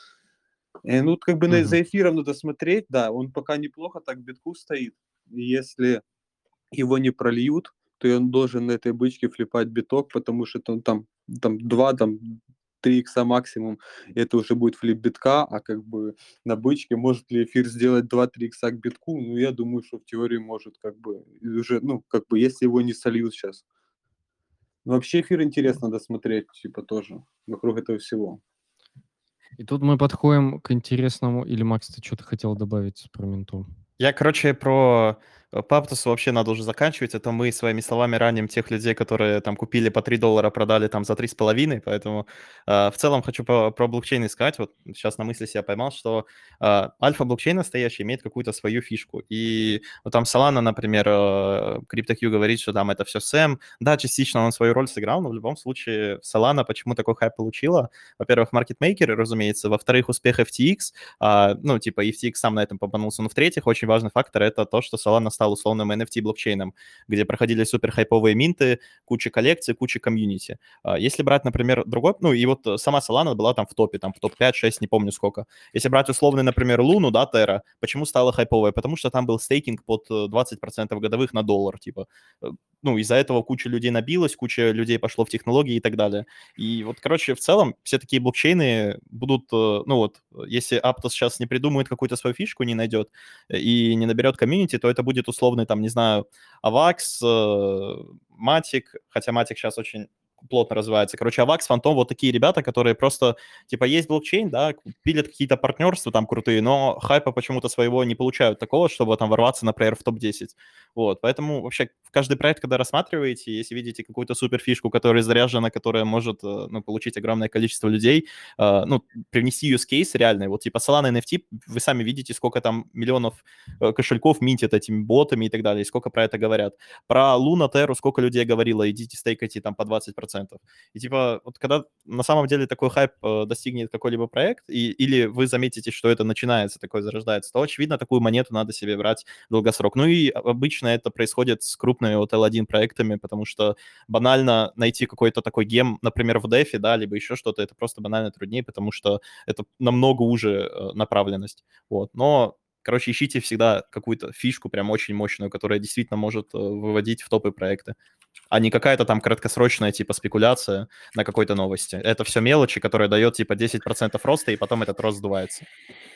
Ну, как бы за эфиром надо смотреть, да, он пока неплохо так в битку стоит. Если его не прольют, то он должен на этой бычке флипать биток, потому что он там 2, там 3 икса максимум, и это уже будет флип битка, а как бы на бычке может ли эфир сделать 2-3 икса к битку? Ну, я думаю, что в теории может, как бы, и уже, ну, как бы, если его не сольют сейчас. Но вообще эфир интересно досмотреть, типа, тоже, вокруг этого всего. И тут мы подходим к интересному. Или, Макс, ты что-то хотел добавить про менту? Я, короче, про Паптусу вообще надо уже заканчивать. Это мы своими словами раним тех людей, которые там купили по $3, продали там за 3,5. Поэтому в целом хочу про блокчейн сказать. Вот сейчас на мысли себя поймал, что альфа-блокчейн настоящий имеет какую-то свою фишку. И вот там Solana, например, CryptoQ говорит, что там это все Сэм. Да, частично он свою роль сыграл, но в любом случае Solana почему такой хайп получила? Во-первых, маркетмейкеры, разумеется. Во-вторых, успех FTX. Ну, типа FTX сам на этом попанулся. Но в-третьих, очень важный фактор — это то, что Solana стал условным NFT-блокчейном, где проходили супер хайповые минты, куча коллекций, куча комьюнити. Если брать, например, другой, ну и вот сама Solana была там в топе, там в топ-5, 6, не помню сколько. Если брать условный, например, Луну, да, Terra, почему стала хайповая? Потому что там был стейкинг под 20% годовых на $1, типа. Ну, из-за этого куча людей набилась, куча людей пошло в технологии и так далее. И вот, короче, в целом все такие блокчейны будут, ну вот, если Aptos сейчас не придумает какую-то свою фишку, не найдет и не наберет комьюнити, то это будет условный, там, не знаю, Avax, Matic, хотя Matic сейчас очень плотно развивается. Короче, Avax, Phantom, вот такие ребята, которые просто, типа, есть блокчейн, да, пилят какие-то партнерства там крутые, но хайпа почему-то своего не получают такого, чтобы там ворваться, например, в топ-10. Вот, поэтому вообще в каждый проект, когда рассматриваете, если видите какую-то супер фишку, которая заряжена, которая может, ну, получить огромное количество людей, ну, привнести use case реальный, вот типа Solana NFT, вы сами видите, сколько там миллионов кошельков минтят этими ботами и так далее, и сколько про это говорят. Про Luna, Terra сколько людей говорило, идите стейкайте там по 20%. И типа, вот когда на самом деле такой хайп достигнет какой-либо проект, или вы заметите, что это начинается, такое зарождается, то, очевидно, такую монету надо себе брать в долгосрок. Ну и обычно это происходит с крупными вот L1 проектами, потому что банально найти какой-то такой гем, например, в DeFi, да, либо еще что-то, это просто банально труднее, потому что это намного уже направленность. Вот. Но короче, ищите всегда какую-то фишку прям очень мощную, которая действительно может выводить в топы проекты, а не какая-то там краткосрочная типа спекуляция на какой-то новости. Это все мелочи, которые дает типа 10% роста, и потом этот рост сдувается.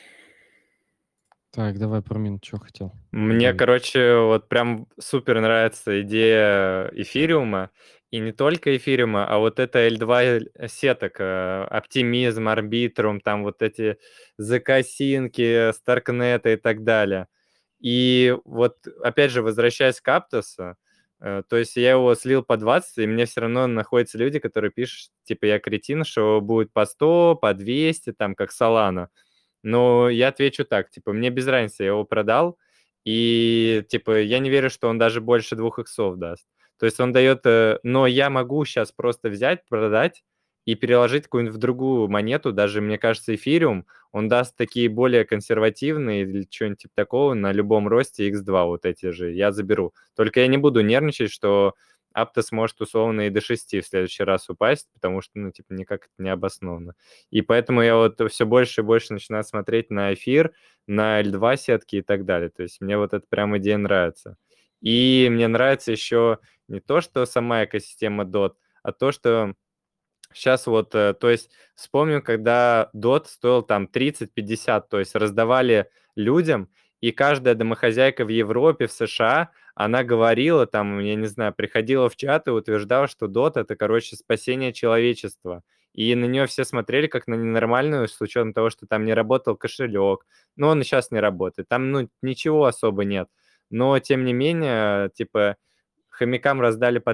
Так, давай про мент, что хотел? Мне, добавить? короче, вот прям супер нравится идея эфириума. И не только эфириума, а вот это L2 сеток, оптимизм, арбитрум, там вот эти ZK-синки, Старкнета и так далее. И вот, опять же, возвращаясь к Аптосу, то есть я его слил по 20, и мне все равно находятся люди, которые пишут, типа, я кретин, что будет по 100, по 200, там, как Solana. Но я отвечу так, типа, мне без разницы, я его продал, и, типа, я не верю, что он даже больше 2 иксов даст. То есть он дает, но я могу сейчас просто взять, продать и переложить какую-нибудь в другую монету, даже, мне кажется, эфириум, он даст такие более консервативные или что-нибудь типа такого на любом росте X2 вот эти же, я заберу. Только я не буду нервничать, что Аптос может условно и до 6 в следующий раз упасть, потому что, ну, типа, никак это не обосновано. И поэтому я вот все больше и больше начинаю смотреть на эфир, на L2 сетки и так далее. То есть мне вот эта прям идея нравится. И мне нравится еще не то, что сама экосистема DOT, а то, что сейчас вот, то есть вспомню, когда DOT стоил там 30-50, то есть раздавали людям, и каждая домохозяйка в Европе, в США, она говорила там, я не знаю, приходила в чат и утверждала, что DOT это, короче, спасение человечества. И на нее все смотрели как на ненормальную, с учетом того, что там не работал кошелек. Ну, он и сейчас не работает. Там, ну, ничего особо нет. Но, тем не менее, типа, хомякам раздали по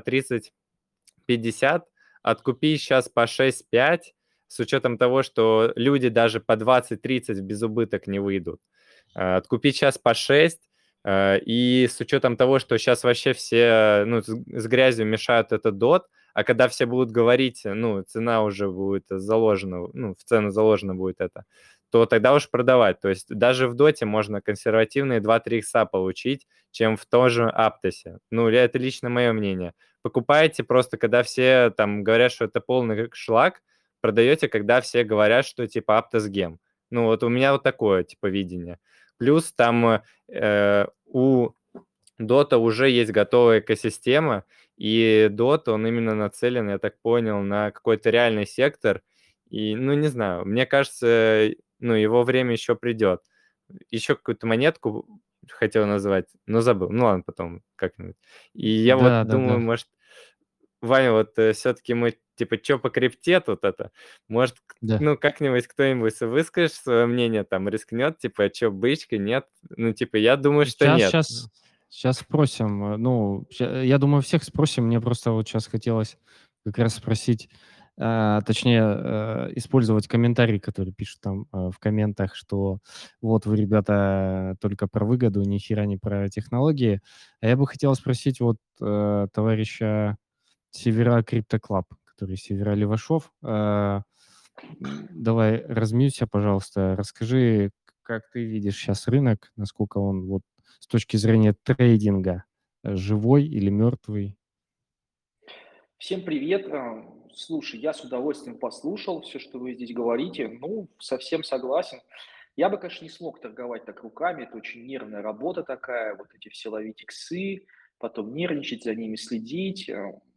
30-50, откупи сейчас по 6-5, с учетом того, что люди даже по 20-30 в безубыток не выйдут. Откупить сейчас по 6, и с учетом того, что сейчас вообще все, ну, с грязью мешают этот дот, а когда все будут говорить, ну, цена уже будет заложена, ну, в цену заложена будет это, то тогда уж продавать. То есть даже в доте можно консервативные 2-3 икса получить, чем в том же Аптосе. Ну, это лично мое мнение. Покупаете просто, когда все там говорят, что это полный шлак, продаете, когда все говорят, что типа Аптос гем. Ну, вот у меня вот такое типа видение. Плюс там у Dota уже есть готовая экосистема, и Dota, он именно нацелен, я так понял, на какой-то реальный сектор. И, ну, не знаю, мне кажется, ну, его время еще придет. Еще какую-то монетку хотел назвать, но забыл. Ну, ладно, потом как-нибудь. И я вот Да, да, думаю, да, может, Ваня, вот все-таки мы, типа, что по крипте тут это? Может, да. ну, как-нибудь кто-нибудь выскажет свое мнение, там, рискнет, типа, что, бычка, нет? Ну, типа, я думаю, что Сейчас, нет. сейчас, сейчас спросим. Ну, я думаю, всех спросим. Мне просто вот сейчас хотелось как раз спросить, точнее, использовать комментарий, который пишут там в комментах, что вот вы, ребята, только про выгоду, ни хера не про технологии. А я бы хотел спросить вот товарища Севера Криптоклаб, который Севера Левашов. Давай размьюся, пожалуйста. Расскажи, как ты видишь сейчас рынок, насколько он вот с точки зрения трейдинга живой или мертвый? Всем привет. Слушай, я с удовольствием послушал все, что вы здесь говорите. Ну, совсем согласен. Я бы, конечно, не смог торговать так руками. Это очень нервная работа такая. Вот эти все ловить иксы, потом нервничать, за ними следить.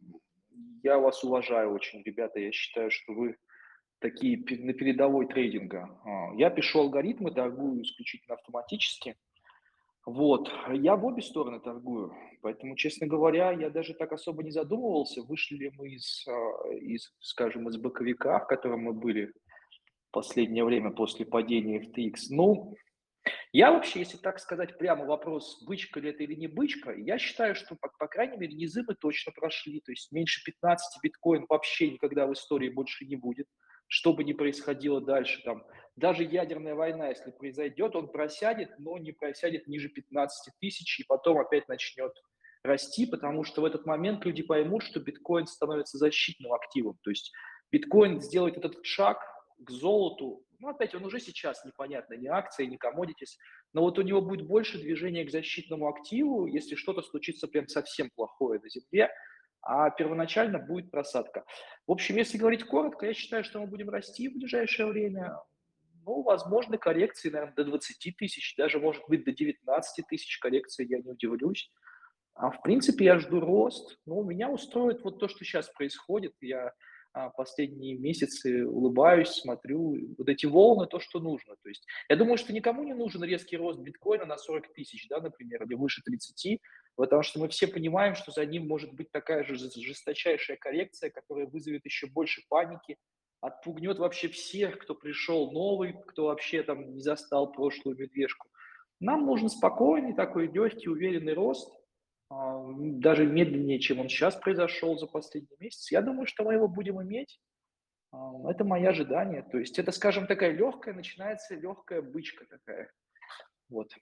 Я вас уважаю очень, ребята. Я считаю, что вы такие на передовой трейдинга. Я пишу алгоритмы, торгую исключительно автоматически. Вот, я в обе стороны торгую, поэтому, честно говоря, я даже так особо не задумывался, вышли ли мы скажем, из боковика, в котором мы были в последнее время после падения FTX. Ну, я вообще, если так сказать прямо вопрос, бычка ли это или не бычка, я считаю, что, по крайней мере, низы мы точно прошли, то есть меньше 15 биткоин вообще никогда в истории больше не будет, что бы ни происходило дальше, там, даже ядерная война, если произойдет, он просядет, но не просядет ниже 15 тысяч, и потом опять начнет расти, потому что в этот момент люди поймут, что биткоин становится защитным активом, то есть биткоин сделает этот шаг к золоту, ну, опять, он уже сейчас непонятно, ни акции, ни commodities, но вот у него будет больше движения к защитному активу, если что-то случится прям совсем плохое на земле, а первоначально будет просадка. В общем, если говорить коротко, я считаю, что мы будем расти в ближайшее время. Ну, возможно, коррекции, наверное, до 20 тысяч, даже, может быть, до 19 тысяч коррекции, я не удивлюсь. А в принципе, я жду рост. Ну, меня устроит вот то, что сейчас происходит. Я последние месяцы улыбаюсь, смотрю, вот эти волны, то, что нужно. То есть я думаю, что никому не нужен резкий рост биткоина на 40 тысяч, да, например, или выше 30, потому что мы все понимаем, что за ним может быть такая же жесточайшая коррекция, которая вызовет еще больше паники, отпугнет вообще всех, кто пришел новый, кто вообще там не застал прошлую медвежку. Нам нужен спокойный такой легкий, уверенный рост, даже медленнее, чем он сейчас произошел за последний месяц. Я думаю, что мы его будем иметь. Это мои ожидания. То есть это, скажем, такая легкая, начинается легкая бычка такая. Вот.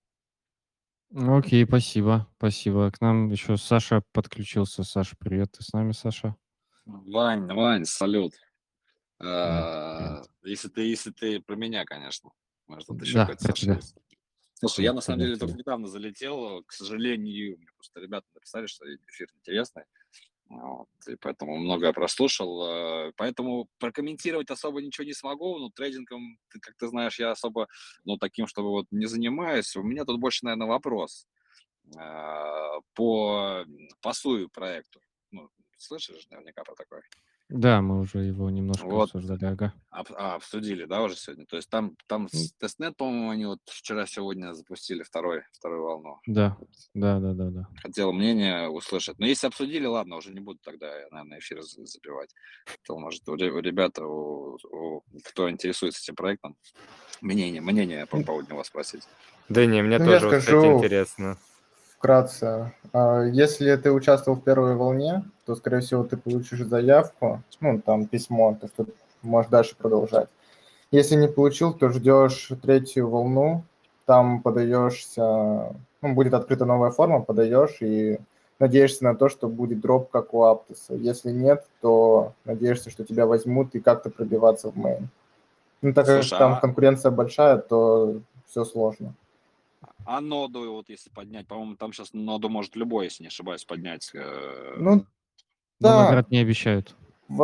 Окей, спасибо, спасибо. К нам еще Саша подключился. Саша, привет, ты с нами, Саша? Вань, салют. Если ты про меня, конечно. Может, тут еще Да, какой-то про Саша тебя. есть. Слушай, я на Тебя, самом деле тебя. только недавно залетел. К сожалению, мне просто ребята написали, что эфир интересный. Вот, и поэтому многое прослушал. Поэтому прокомментировать особо ничего не смогу. Но трейдингом, как ты знаешь, я особо, таким, чтобы вот не занимаюсь. У меня тут больше, наверное, вопрос по СУИ проекту. Ну, слышишь наверняка про такой? Да, мы уже его немножко Вот, обсуждали, ага. обсудили, да, уже сегодня? То есть там М, с тестнет, по-моему, они вот вчера-сегодня запустили вторую волну. Да, да. Хотел мнение услышать. Но если обсудили, ладно, уже не буду тогда, наверное, эфир забивать. Хотел, может, у ребят, кто интересуется этим проектом, мнение по поводу него спросить. Да не, мне Ну, я тоже вот, кстати, скажу интересно. вкратце. Если ты участвовал в первой волне, то, скорее всего, ты получишь заявку, ну, там, письмо, то, что можешь дальше продолжать. Если не получил, то ждешь третью волну, там подаешься, будет открыта новая форма, подаешь и надеешься на то, что будет дроп, как у Аптоса. Если нет, то надеешься, что тебя возьмут и как-то пробиваться в мейн. Ну, так как Слушай, там конкуренция большая, то все сложно. а ноду, вот если поднять, по-моему, там сейчас ноду может любой, если не ошибаюсь, поднять. Ну, Но да, наград не обещают.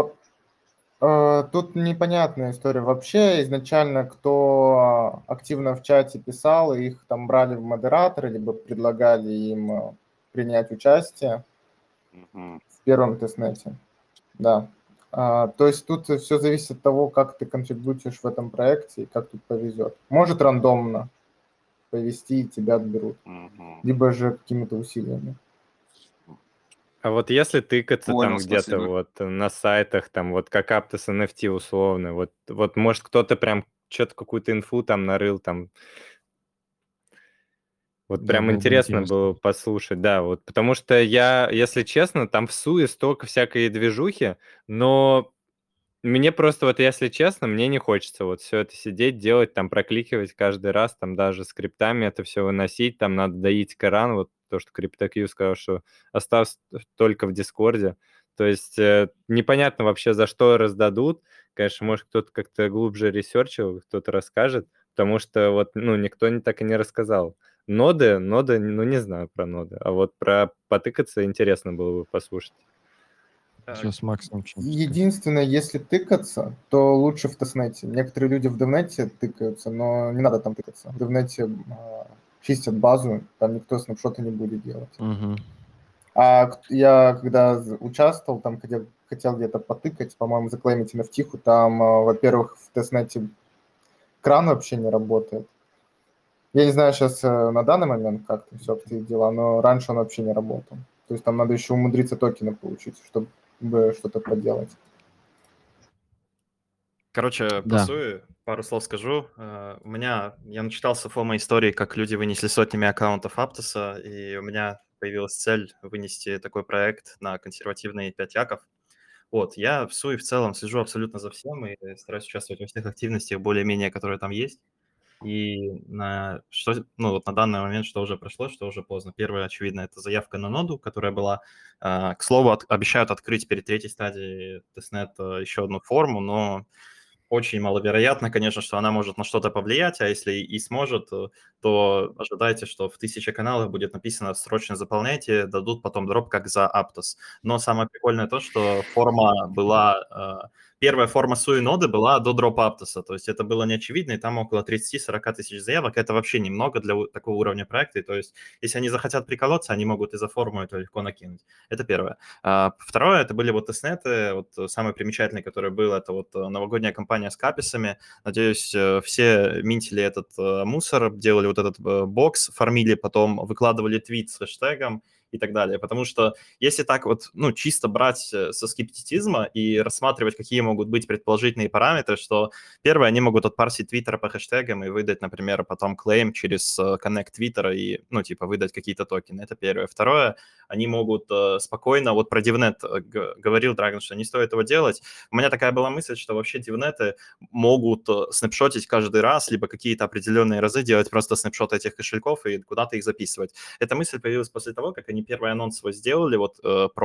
Тут непонятная история. Вообще, изначально, кто активно в чате писал, их там брали в модераторы, либо предлагали им принять участие Мгм. в первом тестнете. Да. То есть тут все зависит от того, как ты контрибьютишь в этом проекте и как тут повезет. Может рандомно повести и тебя отберут, Мгм. либо же какими-то усилиями. А вот если тыкаться Понял, там где-то спасибо. вот на сайтах, там вот как Aptos NFT условно, вот может кто-то прям что-то какую-то инфу там нарыл, там вот Да, прям было бы интересно интересно. было послушать, да, вот потому что я, если честно, там в СУе столько всякой движухи, но мне просто вот, если честно, мне не хочется вот все это сидеть, делать, там прокликивать каждый раз, там даже скриптами это все выносить, там надо доить кран, вот то, что CryptoQ сказал, что оставь только в Дискорде. То есть непонятно вообще, за что раздадут. Конечно, может, кто-то как-то глубже ресерчил, кто-то расскажет, потому что вот, никто так и не рассказал. Ноды, ну, не знаю про ноды, а вот про потыкаться интересно было бы послушать. Сейчас максимум что-нибудь сказать. Единственное, если тыкаться, то лучше в тестнете. Некоторые люди в девнете тыкаются, но не надо там тыкаться. В девнете чистят базу, там никто снапшоты не будет делать. Мгм. Я когда участвовал, там хотел где-то потыкать, по-моему, заклеймить NFT, там, во-первых, в тестнете кран вообще не работает. Я не знаю сейчас на данный момент, как там все обстоит дела, но раньше он вообще не работал. То есть там надо еще умудриться токены получить, чтобы что-то поделать. Короче, про Да. Суи пару слов скажу. Я начитался фома истории, как люди вынесли сотнями аккаунтов Аптоса, и у меня появилась цель вынести такой проект на консервативные 5 яков. Вот, я в Суи в целом слежу абсолютно за всем и стараюсь участвовать во всех активностях более-менее, которые там есть. И вот на данный момент, что уже прошло, что уже поздно. Первое, очевидно, это заявка на ноду, которая была. К слову, обещают открыть перед третьей стадией тестнет еще одну форму, но очень маловероятно, конечно, что она может на что-то повлиять, а если и сможет, то ожидайте, что в 1000 каналах будет написано «срочно заполняйте», дадут потом дроп как за Aptos. Но самое прикольное то, что первая форма Sui ноды была до дропа Aptos, то есть это было неочевидно, и там около 30-40 тысяч заявок, это вообще немного для такого уровня проекта, то есть если они захотят приколоться, они могут и за форму это легко накинуть. Это первое. Второе, это были вот тестнеты, вот самый примечательный, который был, это вот новогодняя кампания с каписами. Надеюсь, все минтили этот мусор, делали вот этот бокс, фармили, потом выкладывали твит с хэштегом и так далее. Потому что если так вот, чисто брать со скептицизма и рассматривать, какие могут быть предположительные параметры, что первое, они могут отпарсить твиттера по хэштегам и выдать, например, потом клейм через коннект твиттера и, выдать какие-то токены. Это первое. Второе, они могут спокойно, вот про DivNet говорил Драгон, что не стоит этого делать. У меня такая была мысль, что вообще DivNet могут снапшотить каждый раз, либо какие-то определенные разы делать просто снапшоты этих кошельков и куда-то их записывать. Эта мысль появилась после того, как они первый анонс свой сделали, вот про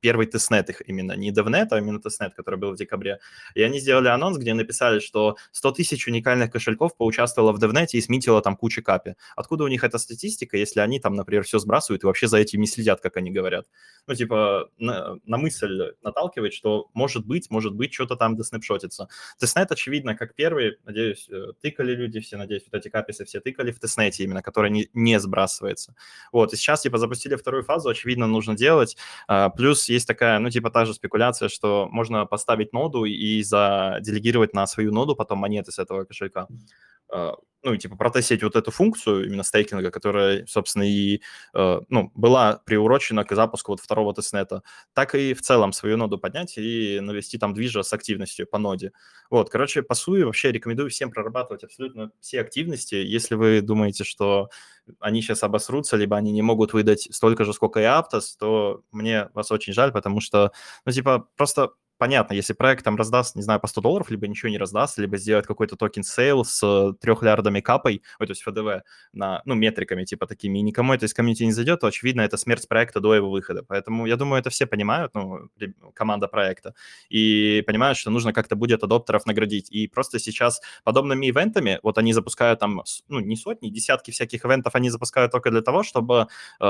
первый тестнет их именно, не DevNet, а именно тестнет, который был в декабре. И они сделали анонс, где написали, что 100 тысяч уникальных кошельков поучаствовало в DevNet и сметило там кучу капи. Откуда у них эта статистика, если они там, например, все сбрасывают и вообще за этим не следят, как они говорят? Ну, типа, на мысль наталкивает, что может быть, что-то там доснапшотится. Тестнет, очевидно, как первый, надеюсь, тыкали люди все, надеюсь, вот эти каписы все тыкали в тестнете именно, который не сбрасывается. Вот, и сейчас, типа, запустили вторую фазу, очевидно, нужно делать. Плюс есть такая, ну, типа, та же спекуляция, что можно поставить ноду и заделегировать на свою ноду потом монеты с этого кошелька. Ну, и типа протестить вот эту функцию именно стейкинга, которая, собственно, и ну, была приурочена к запуску вот второго тестнета, так и в целом свою ноду поднять и навести там движа с активностью по ноде. Вот, короче, по SUI вообще рекомендую всем прорабатывать абсолютно все активности. Если вы думаете, что они сейчас обосрутся, либо они не могут выдать столько же, сколько и Aptos, то мне вас очень жаль, потому что, ну, типа, просто понятно, если проект там раздаст, не знаю, по $100, либо ничего не раздаст, либо сделает какой-то токен сейл с 3 лярдами капой, ой, то есть ФДВ, ну, метриками типа такими, и никому это из комьюнити не зайдет, то, очевидно, это смерть проекта до его выхода. Поэтому я думаю, это все понимают, ну, команда проекта, и понимают, что нужно как-то будет адоптеров наградить. И просто сейчас подобными ивентами, вот они запускают там, ну, не сотни, десятки всяких ивентов они запускают только для того, чтобы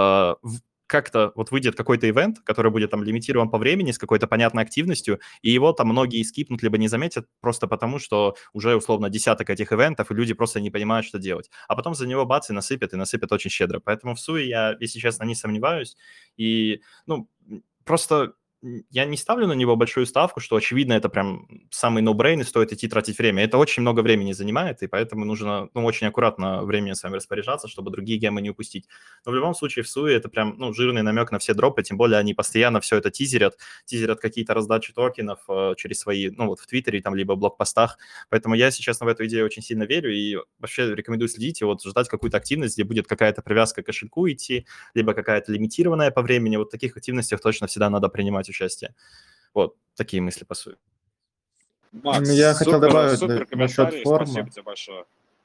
как-то вот выйдет какой-то ивент, который будет там лимитирован по времени с какой-то понятной активностью, и его там многие скипнут, либо не заметят просто потому, что уже условно десяток этих ивентов, и люди просто не понимают, что делать. А потом за него бац и насыпят очень щедро. Поэтому в SUI я, если честно, не сомневаюсь. И, ну, просто я не ставлю на него большую ставку, что, очевидно, это прям самый no-brain, и стоит идти тратить время. Это очень много времени занимает, и поэтому нужно, ну, очень аккуратно временем с вами распоряжаться, чтобы другие гемы не упустить. Но в любом случае в SUI это прям, ну, жирный намек на все дропы, тем более они постоянно все это тизерят какие-то раздачи токенов через свои, ну, вот в Твиттере там, либо в блокпостах. Поэтому я, если честно, в эту идею очень сильно верю, и вообще рекомендую следить и вот ждать какую-то активность, где будет какая-то привязка к кошельку идти, либо какая-то лимитированная по времени. Вот в таких активностях точно всегда надо принимать участие. Вот такие мысли по сути. Макс, Я хотел супер, добавить супер насчет комментарий, формы. спасибо тебе большое.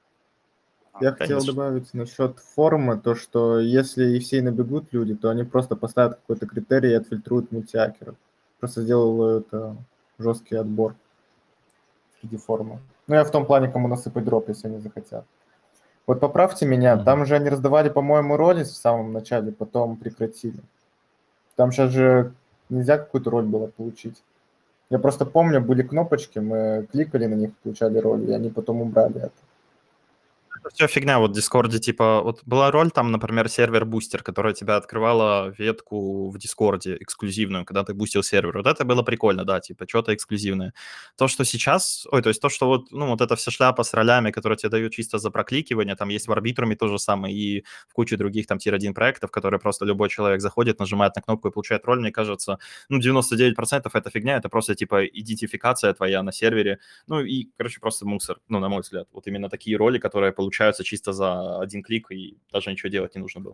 Я хотел Конечно. добавить насчет формы, то, что если и все набегут люди, то они просто поставят какой-то критерий и отфильтруют мультиакеров. Просто сделают жесткий отбор среди формы. Ну, я в том плане, кому насыпать дроп, если они захотят. Вот поправьте меня, там же они раздавали, по-моему, роли в самом начале, потом прекратили. Там сейчас же нельзя какую-то роль было получить. Я просто помню, были кнопочки, мы кликали на них, получали роли, и они потом убрали это. Это все фигня. Вот в Дискорде, типа, вот была роль там, например, сервер-бустер, которая тебя открывала ветку в Дискорде эксклюзивную, когда ты бустил сервер. Вот это было прикольно, да, типа, что-то эксклюзивное. То, что сейчас, то есть то, что вот, ну, вот эта вся шляпа с ролями, которые тебе дают чисто за прокликивание, там есть в Арбитруме то же самое, и в куче других там тир-1 проектов, которые просто любой человек заходит, нажимает на кнопку и получает роль, мне кажется, ну, 99% это фигня, это просто, типа, идентификация твоя на сервере, ну, и, короче, просто мусор, ну, на мой взгляд. Вот именно такие роли, которые получаются чисто за один клик, и даже ничего делать не нужно было.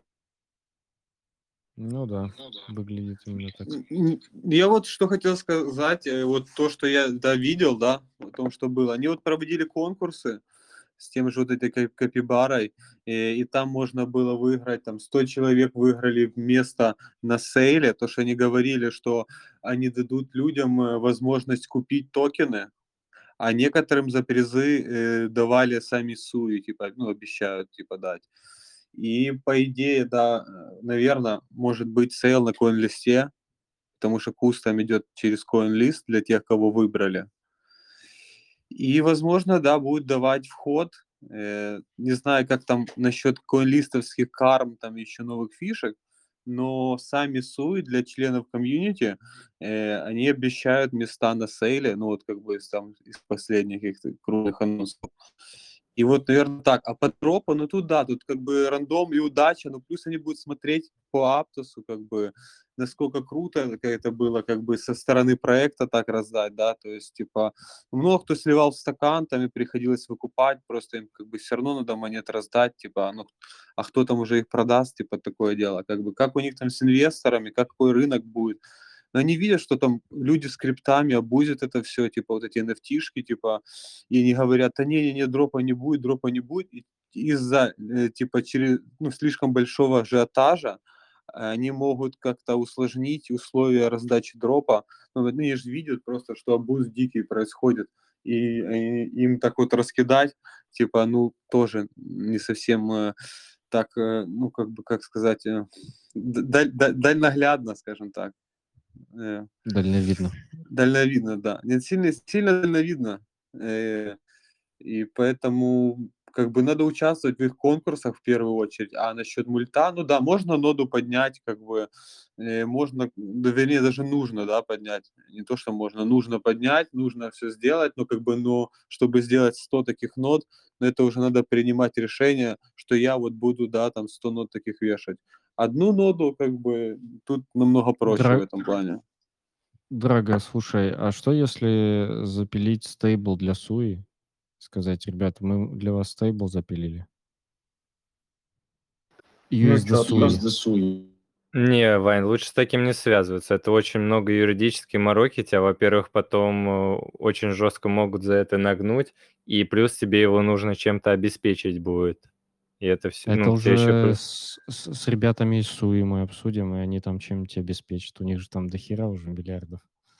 Ну да, выглядит именно так. Я вот что хотел сказать, вот то, что я, да, видел, да, о том, что было. Они вот проводили конкурсы с тем же вот этой капибарой, и там можно было выиграть, там 100 человек выиграли место на сейле, то, что они говорили, что они дадут людям возможность купить токены, а некоторым за призы давали сами суи, типа, ну, обещают, типа, дать. И по идее, да, наверное, может быть сейл на CoinList'е, потому что кустом идет через CoinList для тех, кого выбрали. И, возможно, да, будет давать вход. Не знаю, как там насчет коинлистовских карм, там еще новых фишек, но сами суи для членов комьюнити, они обещают места на сейле, ну вот как бы из последних их крупных анонсов. И вот, наверное, так. А по дропу, ну тут да, тут как бы рандом и удача, но плюс они будут смотреть по Аптосу, как бы, насколько круто это было, как бы, со стороны проекта так раздать, да, то есть, типа, много кто сливал в стакан, там и приходилось выкупать, просто им, как бы, все равно надо монет раздать, типа, ну, а кто там уже их продаст, типа, такое дело, как бы, как у них там с инвесторами, какой рынок будет. Но они видят, что там люди с криптами абузят это все, типа, вот эти NFT-шки, типа, и они говорят: "Да не, дропа не будет". И из-за, типа, ну, слишком большого ажиотажа они могут как-то усложнить условия раздачи дропа. Ну, вот они же видят просто, что абуз дикий происходит, и им так вот раскидать, типа, ну, тоже не совсем так, ну, как бы, как сказать, дальноглядно, скажем так. Дальновидно. Дальновидно, да. Нет, сильно дальновидно. И поэтому как бы надо участвовать в их конкурсах в первую очередь. А насчет мульта, ну да, можно ноду поднять, как бы, можно, да, вернее, даже нужно, да, поднять. Не то, что можно, нужно поднять, нужно все сделать, но как бы, но чтобы сделать 100 таких нод, но это уже надо принимать решение, что я вот буду, да, там 100 нод таких вешать. Одну ноду, как бы, тут намного проще в Дра- этом плане. Дорого, слушай, а что если запилить стейбл для Суи? Сказать, ребята, мы для вас стейбл запилили. Ну, USD чётко. Sui. Не, Вань, лучше с таким не связываться. Это очень много юридической мороки. Тебя, во-первых, потом очень жестко могут за это нагнуть, и плюс тебе его нужно чем-то обеспечить будет. И это все, Это ну, тебе еще... уже с ребятами из Суи мы обсудим, и они там чем-нибудь обеспечат. У них же там дохера уже миллиардов.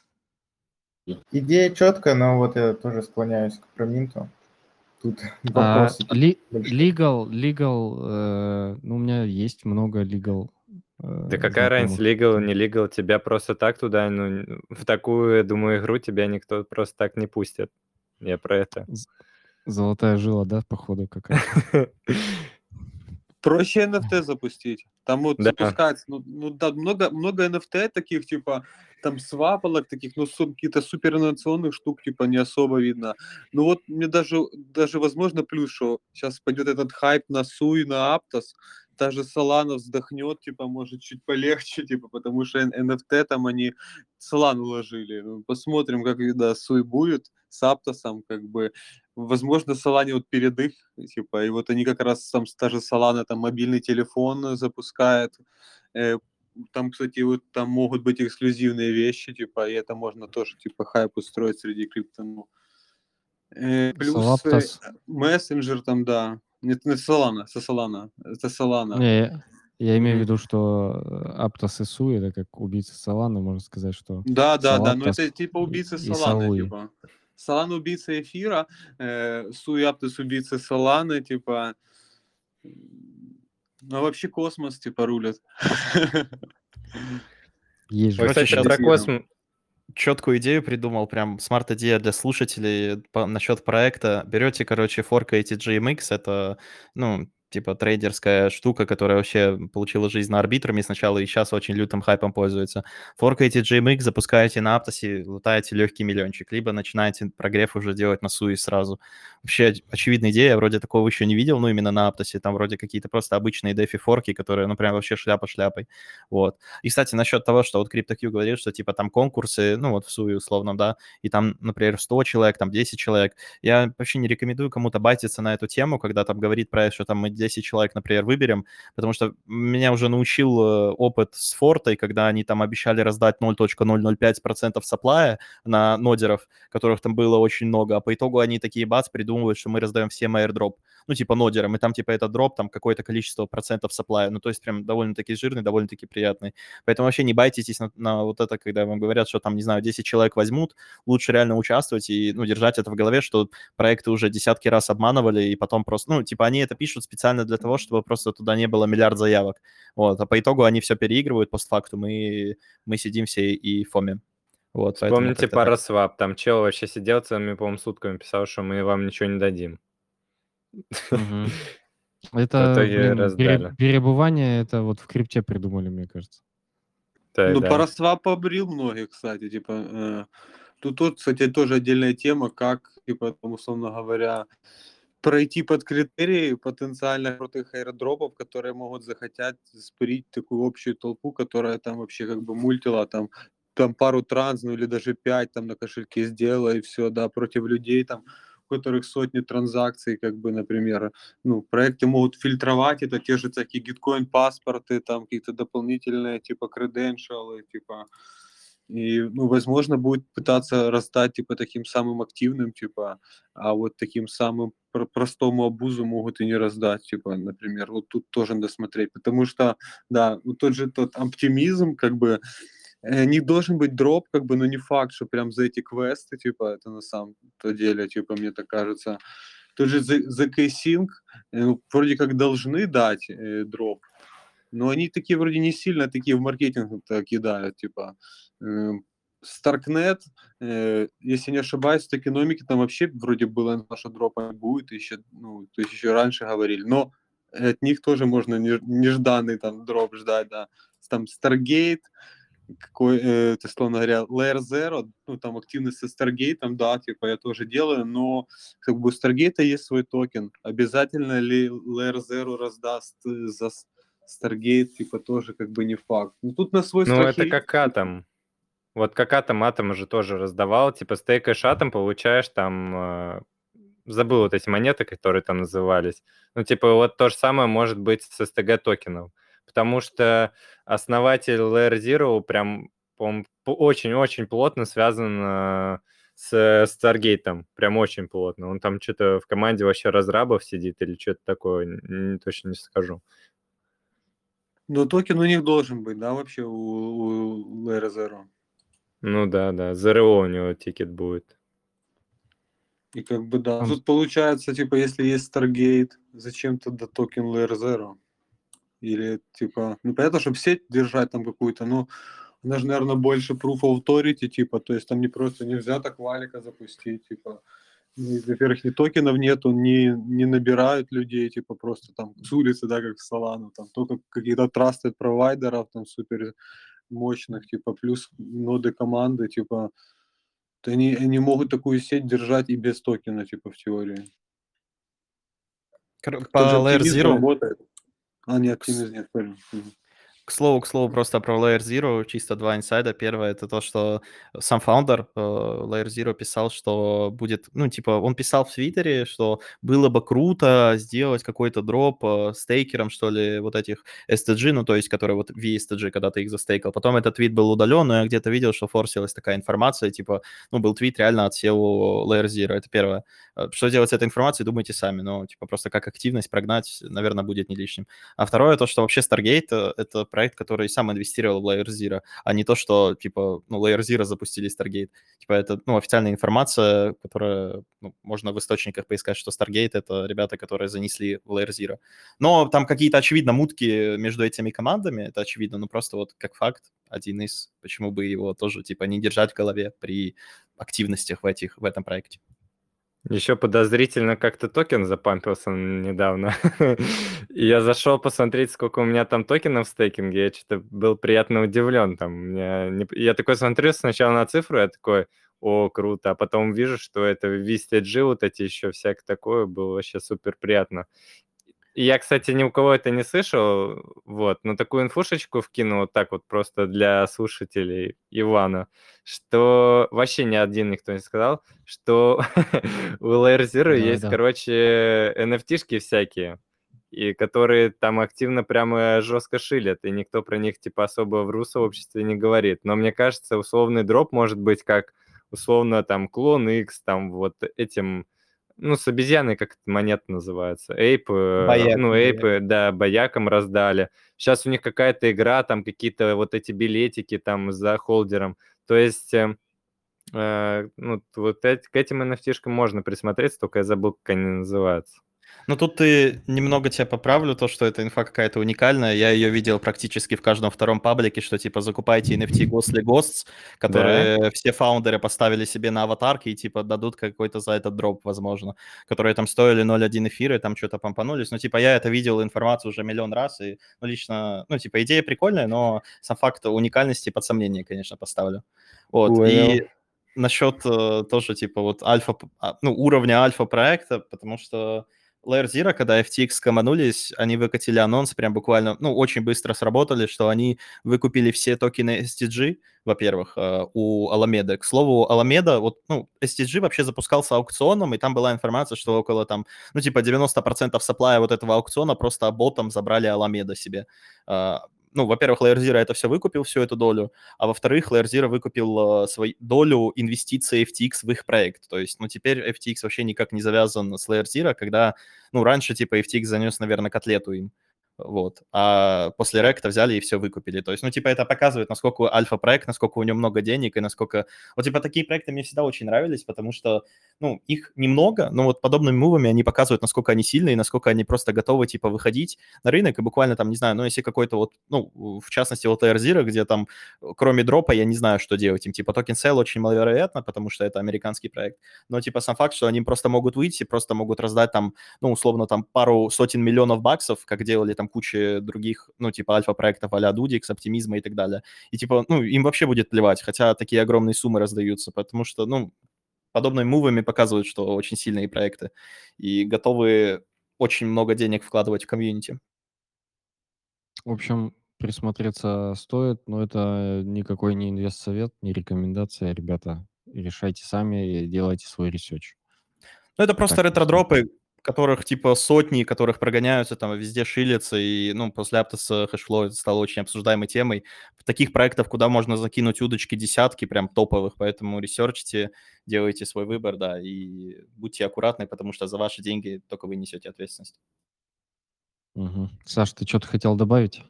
Идея четкая, но вот я тоже склоняюсь к проминту. Тут вопросы большие. Legal, ну, у меня есть много legal Да какая разница, знакомых. legal, не legal, тебя просто так туда, ну, в такую, я думаю, игру тебя никто просто так не пустит. Я про это. Золотая жила, да, походу какая-то? Проще NFT запустить. Там вот Да. запускается, ну да, много NFT таких, типа, там свапалок таких, ну, какие-то суперинновационных штук, типа, не особо видно. Ну вот мне даже возможно плюс, что сейчас пойдет этот хайп на Суи, на Aptos, даже Solana вздохнет, типа, может, чуть полегче, типа, потому что NFT там они Solana уложили. Ну, посмотрим, как, да, Суи будет с Аптосом, как бы. Возможно, Solana вот перед их, типа, и вот они как раз там, та же Solana, там мобильный телефон запускает. Там, кстати, вот там могут быть эксклюзивные вещи, типа, и это можно тоже, типа, хайп устроить среди крипто. Ну. Плюс Салаптос. мессенджер там, да. Нет, не Solana, это Solana. Не, я имею в Мгм. виду, что Аптос и Суи — это как убийцы Соланы, можно сказать, что Да, но Салаптос это типа убийцы и Соланы, Салуи. типа. Солана убийца эфира, Суи Аптос убийцы Соланы, типа. Ну, вообще космос, типа, рулят. Есть же Ой, Короче, кстати, такие. про эфиром. космос. четкую идею придумал, прям смарт-идея для слушателей насчет проекта. Берете, короче, форкаете GMX, это, ну, типа трейдерская штука, которая вообще получила жизнь на арбитрами сначала и сейчас очень лютым хайпом пользуется. Форкаете GMX, запускаете на Аптосе, лутаете легкий миллиончик, либо начинаете прогрев уже делать на Суи сразу. Вообще очевидная идея, я вроде такого еще не видел, ну, именно на Аптосе, там вроде какие-то просто обычные дефи-форки, которые, ну, прям вообще шляпа шляпой, вот. И, кстати, насчет того, что вот CryptoQ говорил, что типа там конкурсы, ну вот в Суе условно, да, и там, например, 100 человек, там 10 человек. Я вообще не рекомендую кому-то байтиться на эту тему, когда там говорит про это, что там мы 10 человек, например, выберем, потому что меня уже научил опыт с Фортой, когда они там обещали раздать 0.005% сапплая на нодеров, которых там было очень много, а по итогу они такие бац придумывают, что мы раздаем всем airdrop, ну типа нодерам, и там типа этот дроп, там какое-то количество процентов сапплая, ну то есть прям довольно-таки жирный, довольно-таки приятный. Поэтому вообще не байтесь на вот это, когда вам говорят, что там, не знаю, 10 человек возьмут, лучше реально участвовать и, ну, держать это в голове, что проекты уже десятки раз обманывали, и потом просто, ну, типа они это пишут специально для того, чтобы просто туда не было миллиард заявок. Вот, а по итогу они все переигрывают постфактум, и мы сидим все и фомим. Вот, поэтому Вспомните как-то так. Paraswap. Там чел вообще сидел целыми, по-моему, сутками, писал, что мы вам ничего не дадим. Мгм. В Это, итоге блин, раздали. перебывание, это вот в крипте придумали, мне кажется. Так, Ну, да. Paraswap побрил многих, кстати, типа. Тут, кстати, тоже отдельная тема, как, типа, там, условно говоря, пройти под критерии потенциально крутых аирдропов, которые могут захотят сприть такую общую толпу, которая там вообще как бы мультила там пару транс, ну или даже 5 там на кошельке сделала и все, да, против людей там, у которых сотни транзакций, как бы, например, ну, проекты могут фильтровать это, те же такие гиткоин паспорты, там какие-то дополнительные, типа, креденшалы, типа, И, ну, возможно, будет пытаться раздать, типа, таким самым активным, типа, а вот таким самым простому абузу могут и не раздать, типа, например. Вот тут тоже надо смотреть, потому что, да, вот тот оптимизм, как бы, не должен быть дроп, как бы, но не факт, что прям за эти квесты, типа, это на самом-то деле, типа, мне так кажется. Тот же ZK Sync, вроде как должны дать дроп, но они такие вроде не сильно такие в маркетинг кидают, типа. Starknet, если не ошибаюсь, в токеномике там вообще вроде было, что дропа не будет, еще, ну, то есть еще раньше говорили, но от них тоже можно нежданный там дроп ждать, да. Там Stargate, какой, это, словно говоря, Layer Zero, ну, там активность со Stargate, да, типа я тоже делаю, но как бы у Stargate есть свой токен. Обязательно ли Layer Zero раздаст за Stargate, типа тоже как бы не факт. Ну, тут на свой Ну, страх и это риск. как атом. Вот как атом же тоже раздавал. Типа стейкаешь атом, получаешь там... забыл вот эти монеты, которые там назывались. Ну, типа вот то же самое может быть с STG токенов. Потому что основатель Layer Zero прям, по-моему, очень-очень плотно связан с Stargate. Прям очень плотно. Он там что-то в команде вообще разрабов сидит или что-то такое. Точно не скажу. Но токен у них должен быть, да, вообще у Layer Zero. Ну да. ZRO у него тикет будет. И как бы да. Там Тут получается, типа, если есть Stargate, зачем тогда токен Layer Zero? Или типа, ну понятно, чтобы сеть держать там какую-то, но она же, наверное, больше proof of authority, типа, то есть там не просто нельзя так валика запустить, типа, во-первых, ни токенов нету, не набирают людей, типа, просто там с улицы, да, как в Solana, там только каких-то trusted провайдеров, там супер мощных, типа, плюс ноды команды, типа, то они могут такую сеть держать и без токена, типа, в теории. По Тот же Layer оптимизм Zero, работает. А, нет, оптимизм нет, понял. к слову, просто про Layer Zero, чисто два инсайда. Первое, это то, что сам фаундер Layer Zero писал, что будет, ну, типа, он писал в Твиттере, что было бы круто сделать какой-то дроп стейкером, что ли, вот этих STG, ну, то есть, которые вот VSTG, когда ты их застейкал. Потом этот твит был удален, но я где-то видел, что форсилась такая информация, типа, ну, был твит реально от SEO Layer Zero, это первое. Что делать с этой информацией, думайте сами, но, типа, просто как активность прогнать, наверное, будет не лишним. А второе, то, что вообще Stargate — это проект, который сам инвестировал в Layer Zero, а не то, что, типа, ну, Layer Zero запустили Stargate. Типа, это, ну, официальная информация, которая, ну, можно в источниках поискать, что Stargate — это ребята, которые занесли в Layer Zero. Но там какие-то, очевидно, мутки между этими командами, это очевидно, но просто вот как факт, один из, почему бы его тоже, типа, не держать в голове при активностях в этом проекте. Еще подозрительно как-то токен запампился недавно. И я зашел посмотреть, сколько у меня там токенов в стейкинге. Я что-то был приятно удивлен. Я такой смотрю сначала на цифру, я такой, о, круто. А потом вижу, что это VSTG, вот эти еще всякое такое, было вообще супер приятно. И я, кстати, ни у кого это не слышал, вот, но такую инфушечку вкинул вот так вот просто для слушателей Ивана, что вообще ни один никто не сказал, что у Layer Zero есть, Да. короче, NFT-шки всякие, и которые там активно прямо жестко шилят, и никто про них типа особо в русообществе не говорит. Но мне кажется, условный дроп может быть как условно там клон X, там вот этим... Ну, с обезьяной, как эта монета называется? Эйп, да, боякам раздали. Сейчас у них какая-то игра, там какие-то вот эти билетики там за холдером. То есть, ну, вот к этим NFT-шкам можно присмотреться, только я забыл, как они называются. Ну, тут ты немного тебя поправлю, то, что эта инфа какая-то уникальная. Я ее видел практически в каждом втором паблике, что, типа, закупайте NFT Ghostly Ghosts, которые все фаундеры поставили себе на аватарки и, типа, дадут какой-то за этот дроп, возможно, которые там стоили 0.1 эфира, и там что-то помпанулись. Ну, типа, я это видел, информацию уже миллион раз, и, ну, лично, ну, типа, идея прикольная, но сам факт уникальности под сомнение, конечно, поставлю. Вот, и насчет тоже, типа, вот уровня альфа-проекта, потому что Layer Zero, когда FTX скоманулись, они выкатили анонс, прям буквально, ну, очень быстро сработали, что они выкупили все токены STG, во-первых, у Alameda. К слову, Alameda, вот, ну, STG вообще запускался аукционом, и там была информация, что около там, ну, типа 90% сапплая вот этого аукциона просто ботом забрали Alameda себе. ну, во-первых, Layer Zero это все выкупил, всю эту долю, а во-вторых, Layer Zero выкупил свою долю инвестиций FTX в их проект. То есть, ну, теперь FTX вообще никак не завязан с Layer Zero, когда, ну, раньше, типа, FTX занес, наверное, котлету им. Вот. А после Ректа взяли и все выкупили. То есть, ну, типа, это показывает, насколько альфа-проект, насколько у него много денег и насколько... Вот, типа, такие проекты мне всегда очень нравились, потому что, ну, их немного, но вот подобными мувами они показывают, насколько они сильные, насколько они просто готовы, типа, выходить на рынок и буквально там, не знаю, ну, если какой-то вот, ну, в частности, вот Layer Zero, где там, кроме дропа, я не знаю, что делать им. Типа, токен сейл очень маловероятно, потому что это американский проект, но, типа, сам факт, что они просто могут выйти, просто могут раздать там, ну, условно, там, пару сотен миллионов баксов, как делали там куча других, ну, типа, альфа-проектов а-ля Dudix, Оптимизма и так далее. И, типа, ну, им вообще будет плевать, хотя такие огромные суммы раздаются, потому что, ну, подобными мувами показывают, что очень сильные проекты и готовы очень много денег вкладывать в комьюнити. В общем, присмотреться стоит, но это никакой не инвестсовет, не рекомендация. Ребята, решайте сами и делайте свой ресерч. Ну, это Вот просто так я скажу. ретро-дропы, которых типа сотни, которых прогоняются, там везде шилятся, и, ну, после Aptos хэшфлоу это стало очень обсуждаемой темой. Таких проектов, куда можно закинуть удочки десятки, прям топовых, поэтому ресерчите, делайте свой выбор, да, и будьте аккуратны, потому что за ваши деньги только вы несете ответственность. Мгм. Саш, ты что-то хотел добавить?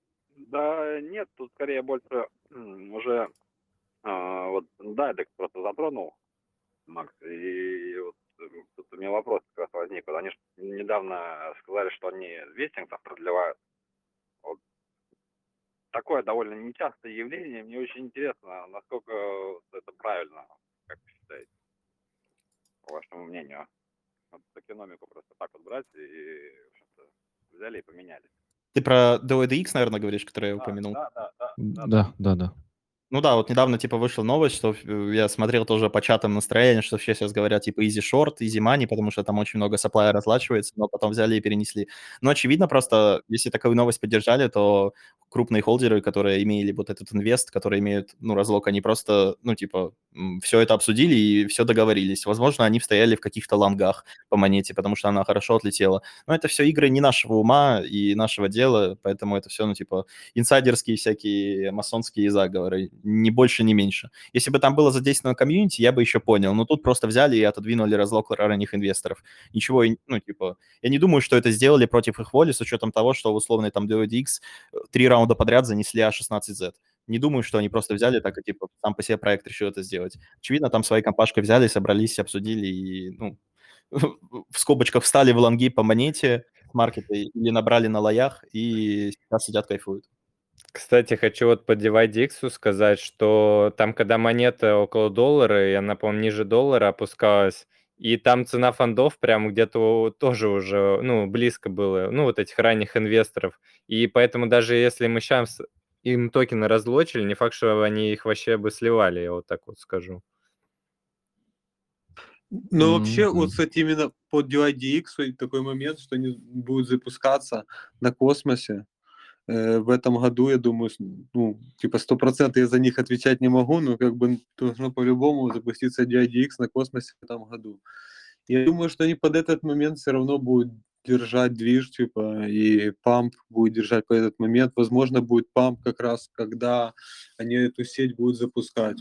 Да нет, тут скорее больше уже вот Дайдекс просто затронул, Макс, и вот тут у меня вопрос как раз возник. Вот они ж недавно сказали, что они вестинг там продлевают. Вот такое довольно нечастое явление. Мне очень интересно, насколько это правильно, как вы считаете, по вашему мнению. Вот токеномику просто так вот брать и в общем-то, взяли и поменяли. Ты про DOEDX, наверное, говоришь, который я Да, упомянул? да, да, да, да, да. Да. Ну да, вот недавно, типа, вышла новость, что я смотрел тоже по чатам настроения, что все сейчас говорят, типа, easy short, easy money, потому что там очень много supply разлачивается, но потом взяли и перенесли. Но очевидно просто, если такую новость поддержали, то крупные холдеры, которые имели вот этот инвест, которые имеют, ну, разлог, они просто, ну, типа, все это обсудили и все договорились. Возможно, они стояли в каких-то лонгах по монете, потому что она хорошо отлетела. Но это все игры не нашего ума и нашего дела, поэтому это все, ну, типа, инсайдерские всякие масонские заговоры, ни больше, ни меньше. Если бы там было задействовано комьюнити, я бы еще понял, но тут просто взяли и отодвинули разлог ранних инвесторов. Ничего, ну, типа, я не думаю, что это сделали против их воли, с учетом того, что в условной там DODX 3 раунда подряд занесли А16Z. Не думаю, что они просто взяли так и, типа, сам по себе проект решил это сделать. Очевидно, там своей компашкой взяли, собрались, обсудили и, ну, в скобочках встали в лонги по монете маркета или набрали на лоях и сейчас сидят, кайфуют. Кстати, хочу вот по DYDX сказать, что там, когда монета около доллара, и она, по-моему, ниже доллара опускалась, и там цена фондов прям где-то тоже уже, ну, близко было, ну, вот этих ранних инвесторов. И поэтому даже если мы сейчас им токены разлочили, не факт, что они их вообще бы сливали, я вот так вот скажу. Ну, вообще, вот, Мгм. кстати, именно под DYDX такой момент, что они будут запускаться на космосе. В этом году, я думаю, ну, типа 100% я за них отвечать не могу, но как бы должно по-любому запуститься DIDX на космосе в этом году. Я думаю, что они под этот момент все равно будут держать движ, типа, и памп будет держать по этот момент. Возможно, будет памп как раз, когда они эту сеть будут запускать.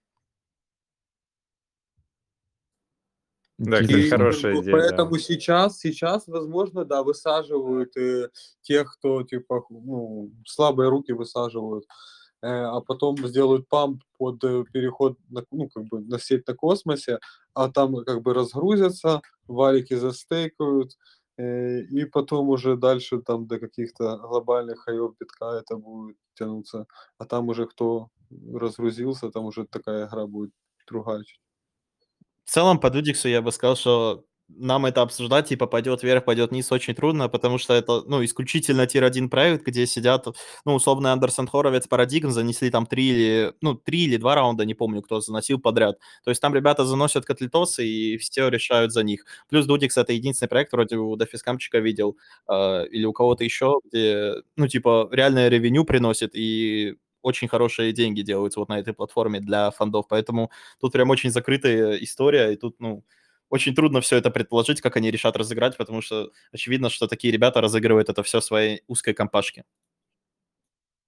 Да, кстати, И Интересно. как хорошая бы идея, да. поэтому сейчас, возможно, да, высаживают тех, кто, типа, ну, слабые руки высаживают, а потом сделают памп под переход на, ну, как бы на сеть на космосе, а там как бы разгрузятся, валики застейкают, и потом уже дальше там до каких-то глобальных хаев битка это будет тянуться. А там уже кто разгрузился, там уже такая игра будет другая. В целом, по Дудиксу я бы сказал, что нам это обсуждать, типа, пойдет вверх, пойдет вниз, очень трудно, потому что это, ну, исключительно тир-1 проект, где сидят, ну, условно, Андерсон Хоровиц, Парадигм занесли там 3 или 2 раунда, не помню, кто заносил подряд. То есть там ребята заносят котлетосы, и все решают за них. Плюс Дудикс — это единственный проект, вроде у Дофискамчика видел, или у кого-то еще, где, ну, типа, реальное ревеню приносит, и очень хорошие деньги делаются вот на этой платформе для фондов, поэтому тут прям очень закрытая история, и тут, ну, очень трудно все это предположить, как они решат разыграть, потому что очевидно, что такие ребята разыгрывают это все в своей узкой компашке.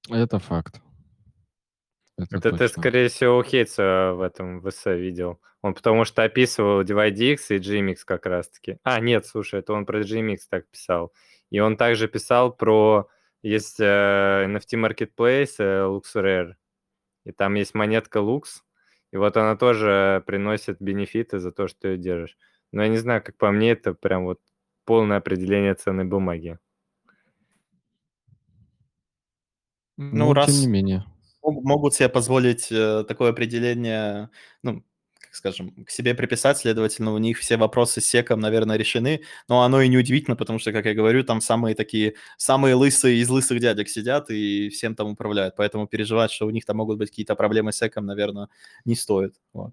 Это факт. Это Это ты, точно. скорее всего, у Хейтса в этом в эссе видел. Он потому что описывал DivideX и GMX как раз-таки. Нет, слушай, это он про GMX так писал. И он также писал про... Есть NFT Marketplace LuxRare, и там есть монетка Lux, и вот она тоже приносит бенефиты за то, что ты ее держишь. Но я не знаю, как по мне, это прям вот полное определение ценной бумаги. Ну, Ну, тем не раз менее. могут себе позволить такое определение, ну, как скажем, к себе приписать, следовательно, у них все вопросы с секом, наверное, решены, но оно и не удивительно, потому что, как я говорю, там самые лысые из лысых дядек сидят и всем там управляют, поэтому переживать, что у них там могут быть какие-то проблемы с секом, наверное, не стоит. Вот.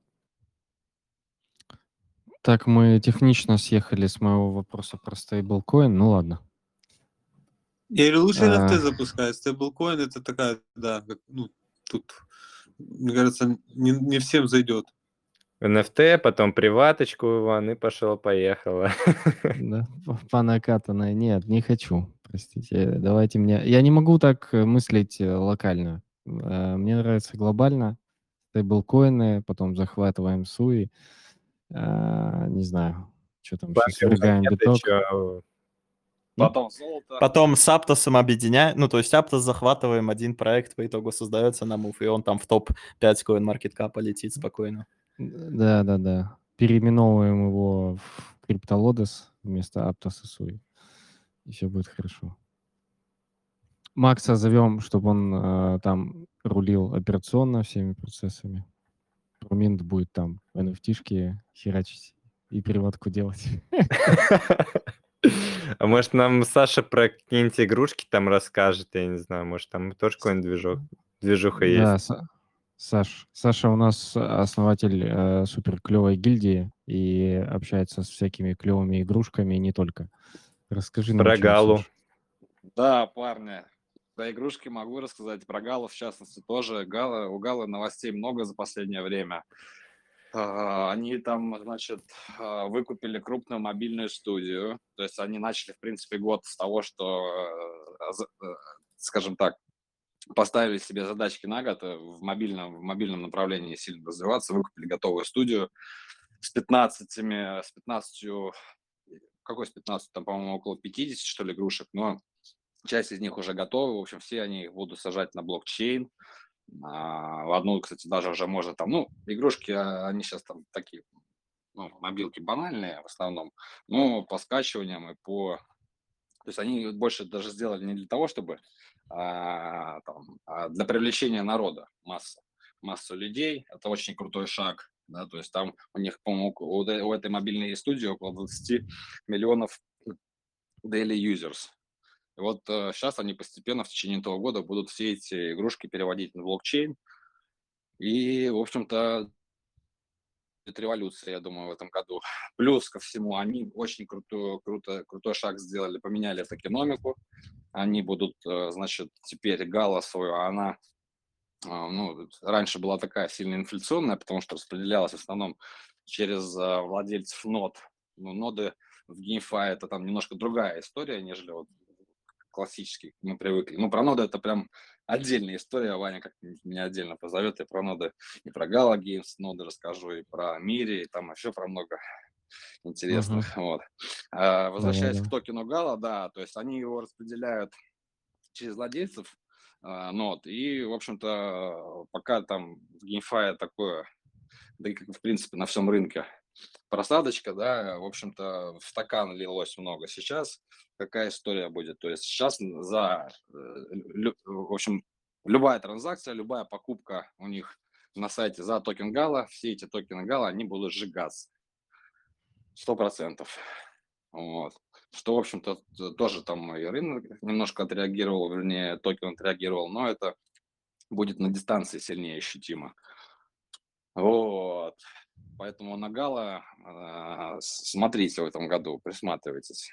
Так, мы технично съехали с моего вопроса про стейблкоин. Ну ладно. Или лучше А, NFT запускать. Стейблкоин это такая, да, тут, мне кажется, не всем зайдет. NFT, потом приваточку, Иван, и пошло-поехало. Да, по накатанной. Нет, не хочу. Простите. Давайте мне... Я не могу так мыслить локально. Мне нравится глобально. Стейблкоины, потом захватываем суи. Не знаю, что там еще, Банковые свергаем монеты, биток. чё? Потом золото. Потом с Аптосом объединяем, ну, то есть Аптос захватываем, один проект по итогу создается на Move, и он там в топ-5 CoinMarketCap полетит спокойно. Да. Переименовываем его в CryptoLodes вместо Aptos и Sui. И все будет хорошо. Макса зовем, чтобы он там рулил операционно всеми процессами. Руминт будет там NFT-шки херачить и приватку делать. А может, нам Саша про какие-нибудь игрушки там расскажет, я не знаю, может, там тоже какой-нибудь движуха Да, есть. Саша у нас основатель супер клевой гильдии и общается с всякими клевыми игрушками и не только. Расскажи нам Про что, Галу. Саш. Да, парни, про игрушки могу рассказать, про Галу в частности тоже. У Гала новостей много за последнее время. Они там, значит, выкупили крупную мобильную студию. То есть они начали, в принципе, год с того, что, скажем так, поставили себе задачки на год в мобильном направлении сильно развиваться, выкупили готовую студию с 15, какой с 15, там, по-моему, около 50, что ли, игрушек, но часть из них уже готовы, в общем, все они их будут сажать на блокчейн. В одну, кстати, даже уже можно там, игрушки, они сейчас там такие, мобилки банальные в основном, но по скачиваниям и по... То есть они больше даже сделали не для того, чтобы для привлечения народа, массу людей. Это очень крутой шаг, да, то есть там у них, по-моему, у этой мобильной студии около 20 миллионов daily users. И вот сейчас они постепенно в течение этого года будут все эти игрушки переводить на блокчейн. И, в общем-то, это революция, я думаю, в этом году. Плюс ко всему, они очень крутой шаг сделали, поменяли токеномику. Они будут, значит, теперь Гала свою, она, раньше была такая сильно инфляционная, потому что распределялась в основном через владельцев нод. Но ноды в GameFi это там немножко другая история, нежели вот классический, мы привыкли. Про ноды это прям отдельная история. Ваня как-нибудь меня отдельно позовет. Я про ноды и про Gala Games ноды расскажу, и про Мири, и там еще про много интересных. Вот. Возвращаясь к Давай. токену Gala, да, то есть они его распределяют через владельцев нод. И, в общем-то, пока там в GameFi такое, да и как в принципе на всем рынке, просадочка, да, в общем-то, в стакан лилось много. Сейчас какая история будет? То есть сейчас в общем, любая транзакция, любая покупка у них на сайте за токен Гала, все эти токены Гала, они будут сжигаться. 100%. Вот. Что, в общем-то, тоже там и рынок немножко отреагировал, вернее, токен отреагировал, но это будет на дистанции сильнее ощутимо. Вот. Поэтому на Гала смотрите в этом году, присматривайтесь.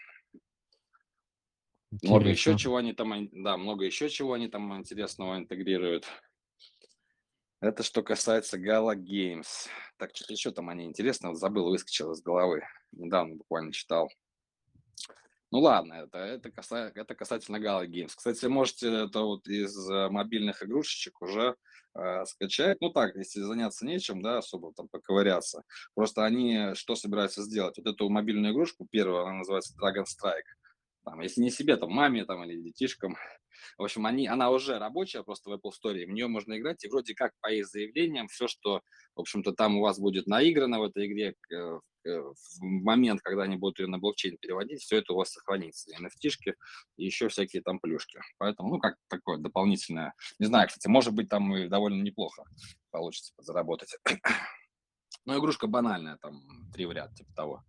Много еще Интересно. чего они там интересного интегрируют. Это что касается Gala Games. Так, что-то еще там они интересно, забыл, выскочил из головы. Недавно буквально читал. Ну ладно, это касательно Gala Games. Кстати, можете это вот из мобильных игрушечек уже скачать. Ну так, если заняться нечем, да, особо там поковыряться. Просто они что собираются сделать? Вот эту мобильную игрушку, первую, она называется Dragon Strike. Там, если не себе, там маме там, или детишкам. В общем, она уже рабочая просто в Apple Store, и в нее можно играть, и вроде как по их заявлениям все, что, в общем-то, там у вас будет наиграно в этой игре, в момент, когда они будут ее на блокчейн переводить, все это у вас сохранится. И NFT-шки, и еще всякие там плюшки. Поэтому, ну, как такое дополнительное. Не знаю, кстати, может быть, там и довольно неплохо получится заработать. Но игрушка банальная, там 3 в ряд, типа того.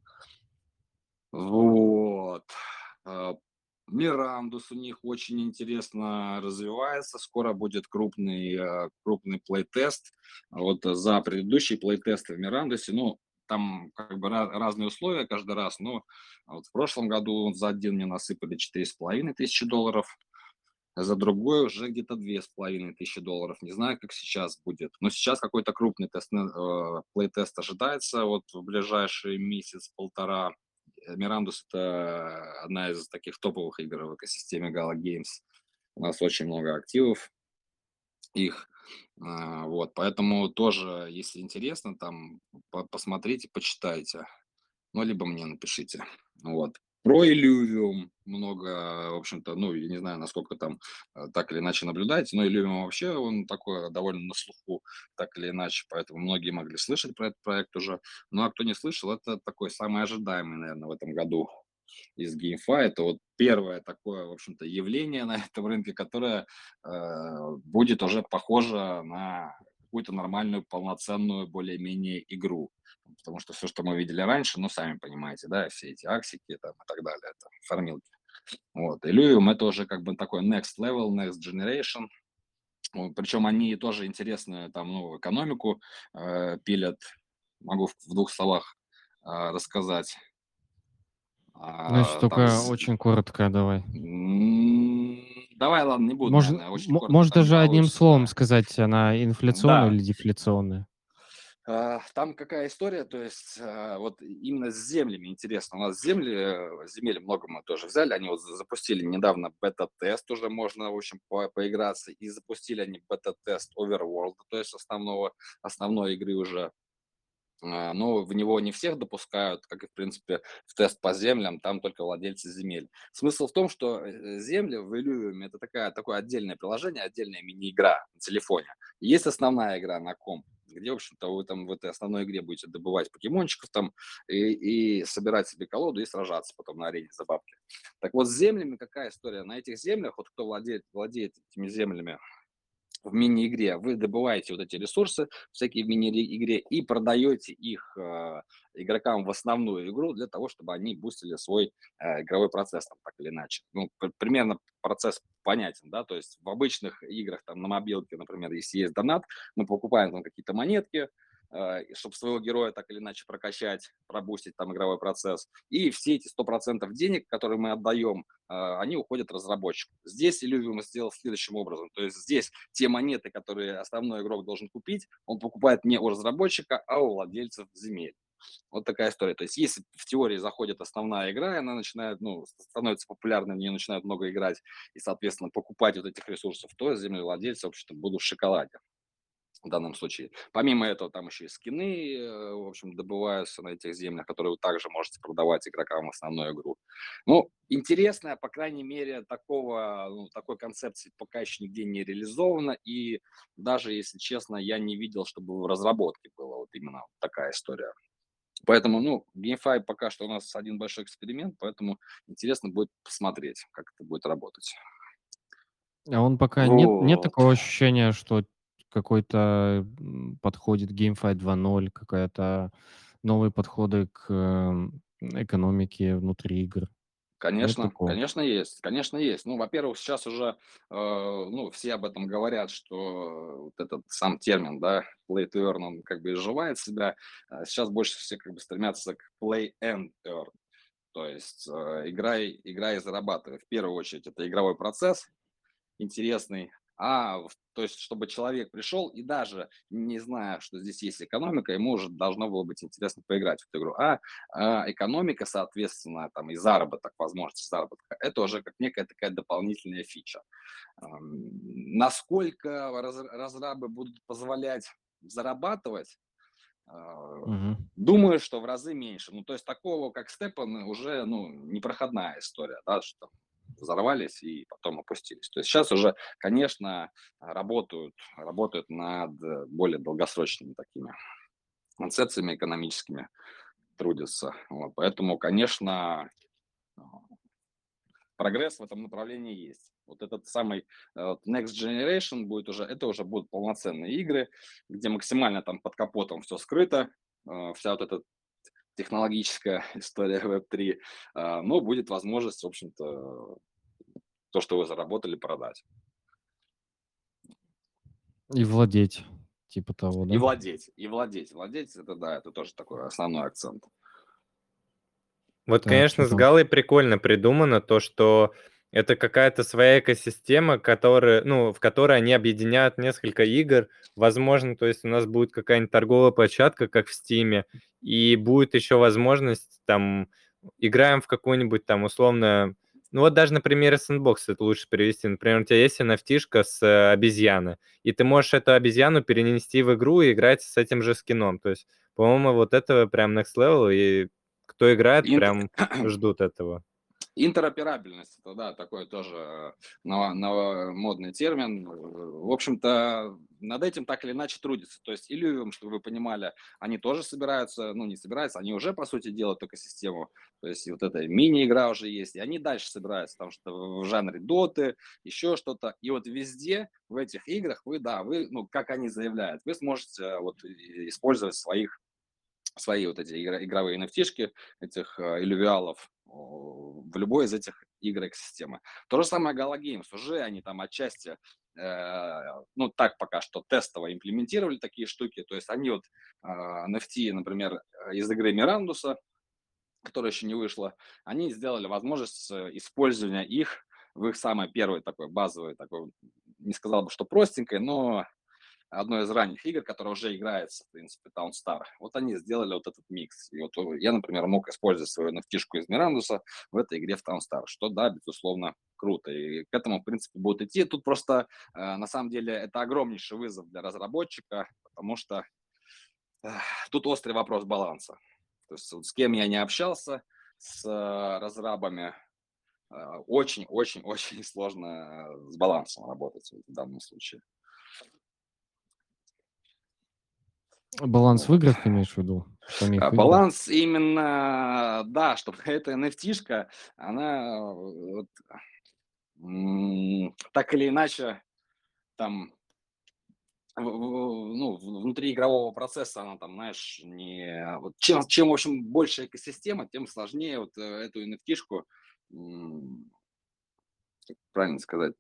Вот. Мирандус у них очень интересно развивается. Скоро будет крупный плейтест. Вот за предыдущие плейтесты в Мирандусе, ну, там как бы разные условия каждый раз. Но вот в прошлом году за один мне насыпали $4500, за другой уже где-то $2500. Не знаю, как сейчас будет. Но сейчас какой-то крупный плейтест ожидается вот в ближайший месяц-полтора. Мирандус — это одна из таких топовых игр в экосистеме Gala Games. У нас очень много активов их. Вот, поэтому тоже, если интересно, там посмотрите, почитайте. Ну, либо мне напишите. Вот. Про Illuvium много, в общем-то, ну, я не знаю, насколько там так или иначе наблюдаете, но Illuvium вообще, он такой довольно на слуху, так или иначе, поэтому многие могли слышать про этот проект уже. Ну, а кто не слышал, это такой самый ожидаемый, наверное, в этом году из GameFi. Это вот первое такое, в общем-то, явление на этом рынке, которое будет уже похоже на какую-то нормальную, полноценную, более-менее игру. Потому что все, что мы видели раньше, ну, сами понимаете, да, все эти аксики там и так далее, это фармилки. Вот. Illuvium — это уже как бы такой next level, next generation. Причем они тоже интересную там, ну, экономику пилят. Могу в 2 словах рассказать. Значит, Там только очень коротко давай. давай, ладно, не буду, Можно, наверное, очень коротко можешь там не даже одним словом получится. сказать, она инфляционная Да, или дефляционная? там какая история, то есть вот именно с землями интересно. У нас земель много мы тоже взяли, они вот запустили недавно бета-тест, уже можно, в общем, поиграться, и запустили они бета-тест Overworld, то есть основной игры уже. Но в него не всех допускают, как и, в принципе, в тест по землям, там только владельцы земель. Смысл в том, что земли в Illuvium — это такое отдельное приложение, отдельная мини-игра на телефоне. И есть основная игра на комп, где, в общем-то, вы там в этой основной игре будете добывать покемончиков там и собирать себе колоду и сражаться потом на арене за бабки. Так вот, с землями какая история? На этих землях, вот кто владеет этими землями, в мини-игре вы добываете вот эти ресурсы всякие в мини-игре и продаете их игрокам в основную игру для того, чтобы они бустили свой игровой процесс там, так или иначе. Ну, примерно процесс понятен, да, то есть в обычных играх там на мобилке, например, если есть донат, мы покупаем там какие-то монетки, чтобы своего героя так или иначе прокачать, пробустить там игровой процесс. И все эти 100% денег, которые мы отдаем, они уходят разработчику. Здесь Illuvium сделал следующим образом. То есть здесь те монеты, которые основной игрок должен купить, он покупает не у разработчика, а у владельцев земель. Вот такая история. То есть если в теории заходит основная игра, и она начинает, ну, становится популярной, в нее начинают много играть и, соответственно, покупать вот этих ресурсов, то землевладельцы, в общем-то, будут в шоколаде в данном случае. Помимо этого, там еще и скины, в общем, добываются на этих землях, которые вы также можете продавать игрокам в основную игру. Ну, интересная, по крайней мере, такой концепции пока еще нигде не реализована, и даже, если честно, я не видел, чтобы в разработке была вот именно такая история. Поэтому, ну, GameFi пока что у нас один большой эксперимент, поэтому интересно будет посмотреть, как это будет работать. А он пока нет Вот. такого ощущения, что какой-то подходит GameFi 2.0, какая-то новые подходы к экономике внутри игр. Нет Конечно, такого? конечно, есть, конечно, есть. Ну, во-первых, сейчас уже, ну, все об этом говорят, что вот этот сам термин, да, play to earn, он как бы изживает себя. Сейчас больше все как бы стремятся к play and earn, то есть играй и зарабатывай. В первую очередь это игровой процесс интересный, а в то есть чтобы человек пришел и даже не зная, что здесь есть экономика, ему уже должно было быть интересно поиграть в эту игру. Экономика, соответственно, там и заработок, возможность заработка, это уже как некая такая дополнительная фича. Насколько разрабы будут позволять зарабатывать, Мгм. думаю, что в разы меньше. Ну, то есть такого, как Степан, уже, непроходная история, да, что там взорвались и потом опустились. То есть сейчас уже, конечно, работают над более долгосрочными такими концепциями экономическими, трудятся. Вот, поэтому, конечно, прогресс в этом направлении есть. Вот этот самый Next Generation это уже будут полноценные игры, где максимально там под капотом все скрыто, вся вот эта технологическая история Web3, но будет возможность, в общем-то, то, что вы заработали, продать. И владеть, типа того, И да? владеть, и владеть. Владеть, это да, это тоже такой основной акцент. Вот, Так, конечно, что с там? Галой прикольно придумано то, что это какая-то своя экосистема, в которой они объединяют несколько игр. Возможно, то есть у нас будет какая-нибудь торговая площадка, как в Стиме, и будет еще возможность, там, играем в какую-нибудь там условно, ну вот даже на примере Sandbox это лучше привести. Например, у тебя есть NFT-шка с обезьяны, и ты можешь эту обезьяну перенести в игру и играть с этим же скином. То есть, по-моему, вот это прям next level, и кто играет, Инт- прям ждут этого. Интероперабельность, это да, такой тоже новомодный термин. В общем-то, над этим так или иначе трудится. То есть Illuvium, чтобы вы понимали, они тоже собираются, не собираются, они уже, по сути, делают экосистему. То есть и вот эта мини-игра уже есть, и они дальше собираются, там что в жанре доты, еще что-то. И вот везде в этих играх вы, как они заявляют, вы сможете вот использовать свои вот эти игровые NFT-шки, этих иллювиалов в любой из этих игр экосистемы. То же самое Gala Games. Уже они там отчасти, так пока что тестово имплементировали такие штуки. То есть они вот NFT, например, из игры Мирандуса, которая еще не вышла, они сделали возможность использования их в их самой первой такой базовой, такой, не сказал бы, что простенькой, но одной из ранних игр, которая уже играется, в принципе, Town Star. Вот они сделали вот этот микс. И вот я, например, мог использовать свою NFT-шку из Мирандуса в этой игре в Town Star, что, да, безусловно, круто. И к этому, в принципе, будут идти. Тут просто, на самом деле, это огромнейший вызов для разработчика, потому что тут острый вопрос баланса. То есть вот с кем я не общался, с разрабами, очень-очень-очень сложно с балансом работать в данном случае. Баланс в Вот. играх ты имеешь в виду? В самих играх? Баланс именно, да, чтобы эта NFT-шка, она так или иначе там внутри игрового процесса она там, знаешь, не... Вот чем, в общем, больше экосистема, тем сложнее вот эту NFT-шку, как правильно сказать,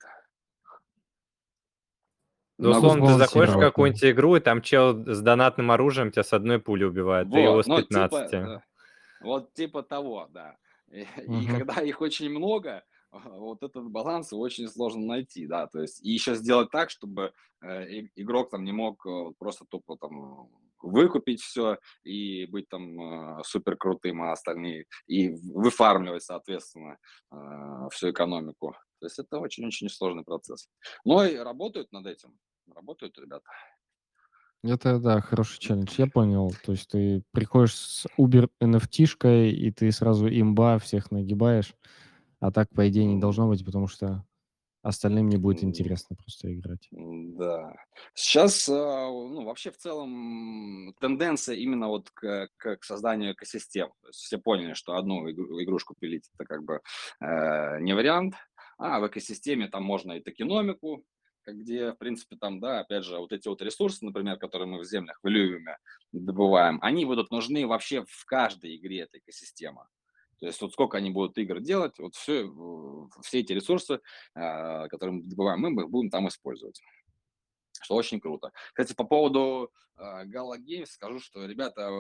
Ну, могу условно, ты заходишь в сбалансировать, да. какую-нибудь игру, и там чел с донатным оружием тебя с одной пули убивает, ты его Вот, с 15. вот типа того, да. И Мгм. когда их очень много, вот этот баланс очень сложно найти, да, то есть и еще сделать так, чтобы игрок там не мог просто тупо там выкупить все и быть там супер крутым, а остальные и выфармливать, соответственно, всю экономику. То есть это очень-очень сложный процесс. Но и работают над этим, работают ребята. Это, да, хороший челлендж. Я понял. То есть ты приходишь с Uber NFT-шкой, и ты сразу имба, всех нагибаешь. А так, по идее, не должно быть, потому что остальным не будет М, интересно просто играть. Да. Сейчас, вообще в целом тенденция именно вот к созданию экосистем. То есть все поняли, что одну игрушку пилить это как бы не вариант, а в экосистеме там можно и токеномику, где, в принципе, там, да, опять же, вот эти вот ресурсы, например, которые мы в землях, в Илювиуме добываем, они будут нужны вообще в каждой игре этой экосистемы. То есть вот сколько они будут игр делать, вот все эти ресурсы, которые мы добываем, мы их будем там использовать, что очень круто. Кстати, по поводу Gala Games скажу, что ребята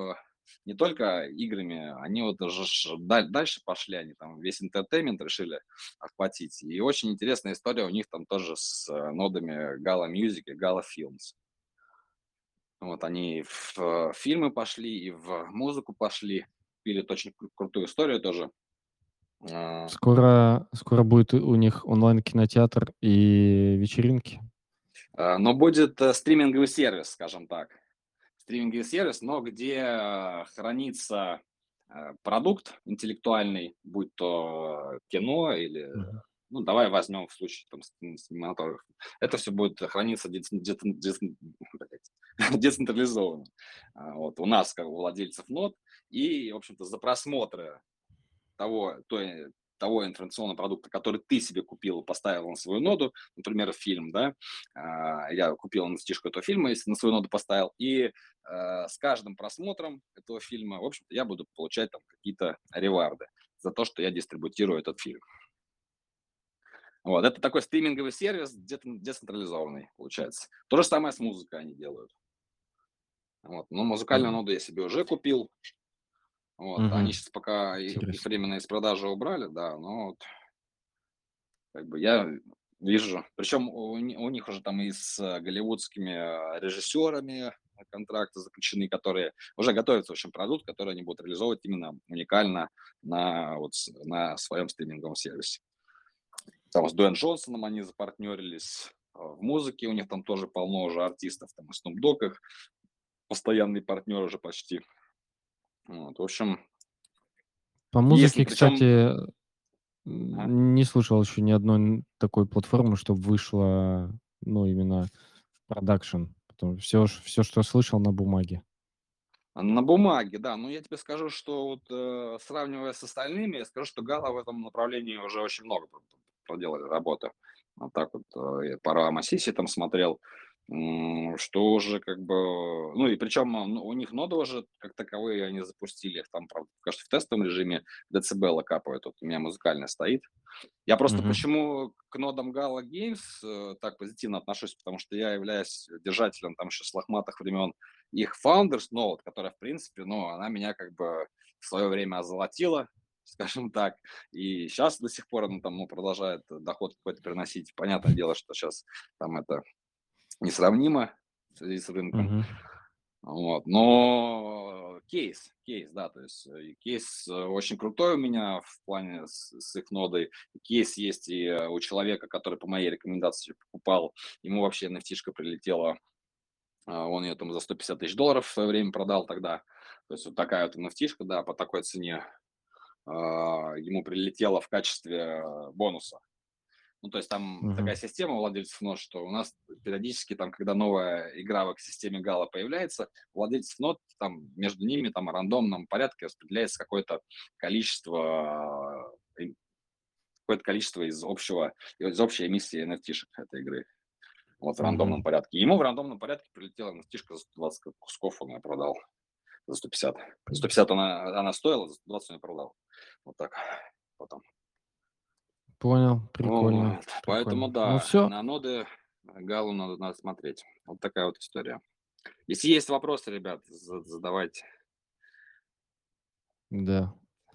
не только играми, они вот уже дальше пошли, они там весь entertainment решили охватить. И очень интересная история у них там тоже с нодами Gala Music и Gala Films. Вот они в фильмы пошли и в музыку пошли, пилят очень крутую историю тоже. Скоро будет у них онлайн-кинотеатр и вечеринки. Но будет стриминговый сервис, скажем так. Стриминговый сервис, но где хранится продукт интеллектуальный, будь то кино или, Мгм. ну, давай возьмем в случае там синематограф. Это все будет храниться децентрализованно. Вот, у нас, как у владельцев нод, и, в общем-то, за просмотры того информационного продукта, который ты себе купил и поставил на свою ноду, например, фильм, да, я купил NFT-шку этого фильма, если на свою ноду поставил, и с каждым просмотром этого фильма, в общем-то, я буду получать там какие-то реварды за то, что я дистрибутирую этот фильм. Вот, это такой стриминговый сервис, децентрализованный, получается. То же самое с музыкой они делают. Вот, но музыкальную ноду я себе уже купил. Вот, они Мгм. сейчас пока их Интересно. временно из продажи убрали, да, но вот, как бы я вижу, причем у них уже там и с голливудскими режиссерами контракты заключены, которые уже готовятся, в общем, продукт, который они будут реализовывать именно уникально на своем стриминговом сервисе. Там с Дуэйн Джонсоном они запартнерились, в музыке у них там тоже полно уже артистов, там и Snoop Dogg их постоянный партнер уже почти. Вот, в общем, По если музыке, причем... кстати, Ага. не слышал еще ни одной такой платформы, чтобы вышла, ну, именно в продакшн. Потом все, что слышал на бумаге. На бумаге, да. Но я тебе скажу, что вот сравнивая с остальными, я скажу, что Гала в этом направлении уже очень много проделали работы. Вот так вот я по Рама Сиси там смотрел, что уже как бы... Ну и причем у них ноды уже как таковые они запустили. Их там, правда, кажется, в тестовом режиме децибелы капают. Вот у меня музыкальная стоит. Я просто Мгм. почему к нодам Gala Games так позитивно отношусь, потому что я являюсь держателем там еще с лохматых времен их Founders Node, которая, в принципе, ну, она меня как бы в свое время озолотила, скажем так, и сейчас до сих пор она там, ну, продолжает доход какой-то приносить. Понятное дело, что сейчас там это несравнимо в связи с рынком. Мгм. Вот. Но кейс, да, то есть кейс очень крутой у меня в плане с их нодой. Кейс есть и у человека, который по моей рекомендации покупал, ему вообще NFT-шка прилетела, он ее там за $150 000 в свое время продал тогда. То есть вот такая вот NFT-шка, да, по такой цене ему прилетела в качестве бонуса. Ну, то есть там такая Мгм. система у владельцев нод, что у нас периодически, там, когда новая игра в экосистеме Гала появляется, у владельцев нод там между ними там в рандомном порядке распределяется какое-то количество из общей эмиссии NFT-шек этой игры. Вот в рандомном Мгм. порядке. Ему в рандомном порядке прилетела NFT-шка за 120 кусков, он ее продал за 150. За 150 она стоила, за 120 он ее продал. Вот так потом. Понял. Прикольно. Вот. Поэтому Прикольно. Ну да, все. на ноды Галу надо смотреть. Вот такая вот история. Если есть вопросы, ребят, задавайте. Да.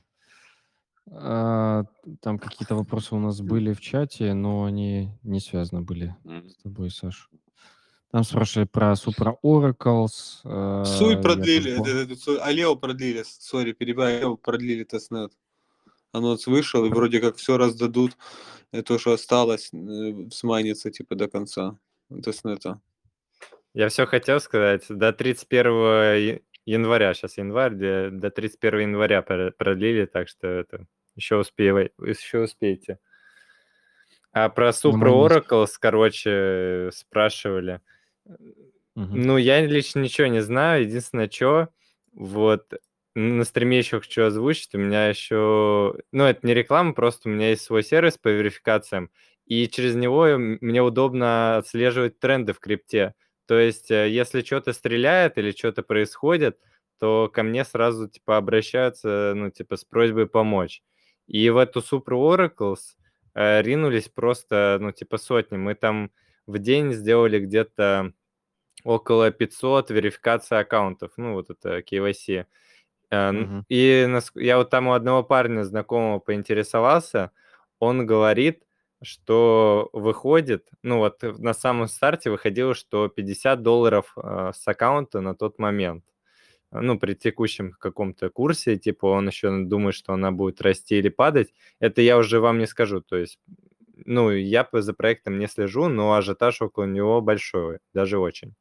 А, Там какие-то вопросы у нас были в чате, но они не связаны были с тобой, Саш. Там спрашивали про Supra Oracles. Суй Я тоже продлили, Алео продлили, сори, перебиваю, Алео продлили тестнет. Анонс вышел, и вроде как все раздадут. То, что осталось, смайнится типа до конца тестнета. Я все хотел сказать, до 31 января, сейчас январь, до 31 января продлили, так что это еще успеете. А про Supra Намайнись. Oracles, короче, спрашивали. Мгм. Ну, я лично ничего не знаю. Единственное, что вот на стриме еще хочу озвучить. У меня еще... Ну, это не реклама, просто у меня есть свой сервис по верификациям, и через него мне удобно отслеживать тренды в крипте. То есть, если что-то стреляет или что-то происходит, то ко мне сразу, типа, обращаются, ну, типа, с просьбой помочь. И в эту Supra Oracles ринулись просто, ну, типа, сотни. Мы там в день сделали где-то около 500 верификаций аккаунтов, ну, вот это KYC. Мгм. И я вот там у одного парня знакомого поинтересовался, он говорит, что выходит, ну вот на самом старте выходило, что $50 с аккаунта на тот момент. Ну, при текущем каком-то курсе, типа он еще думает, что она будет расти или падать. Это я уже вам не скажу. То есть, ну, я за проектом не слежу, но ажиотаж около него большой, даже очень.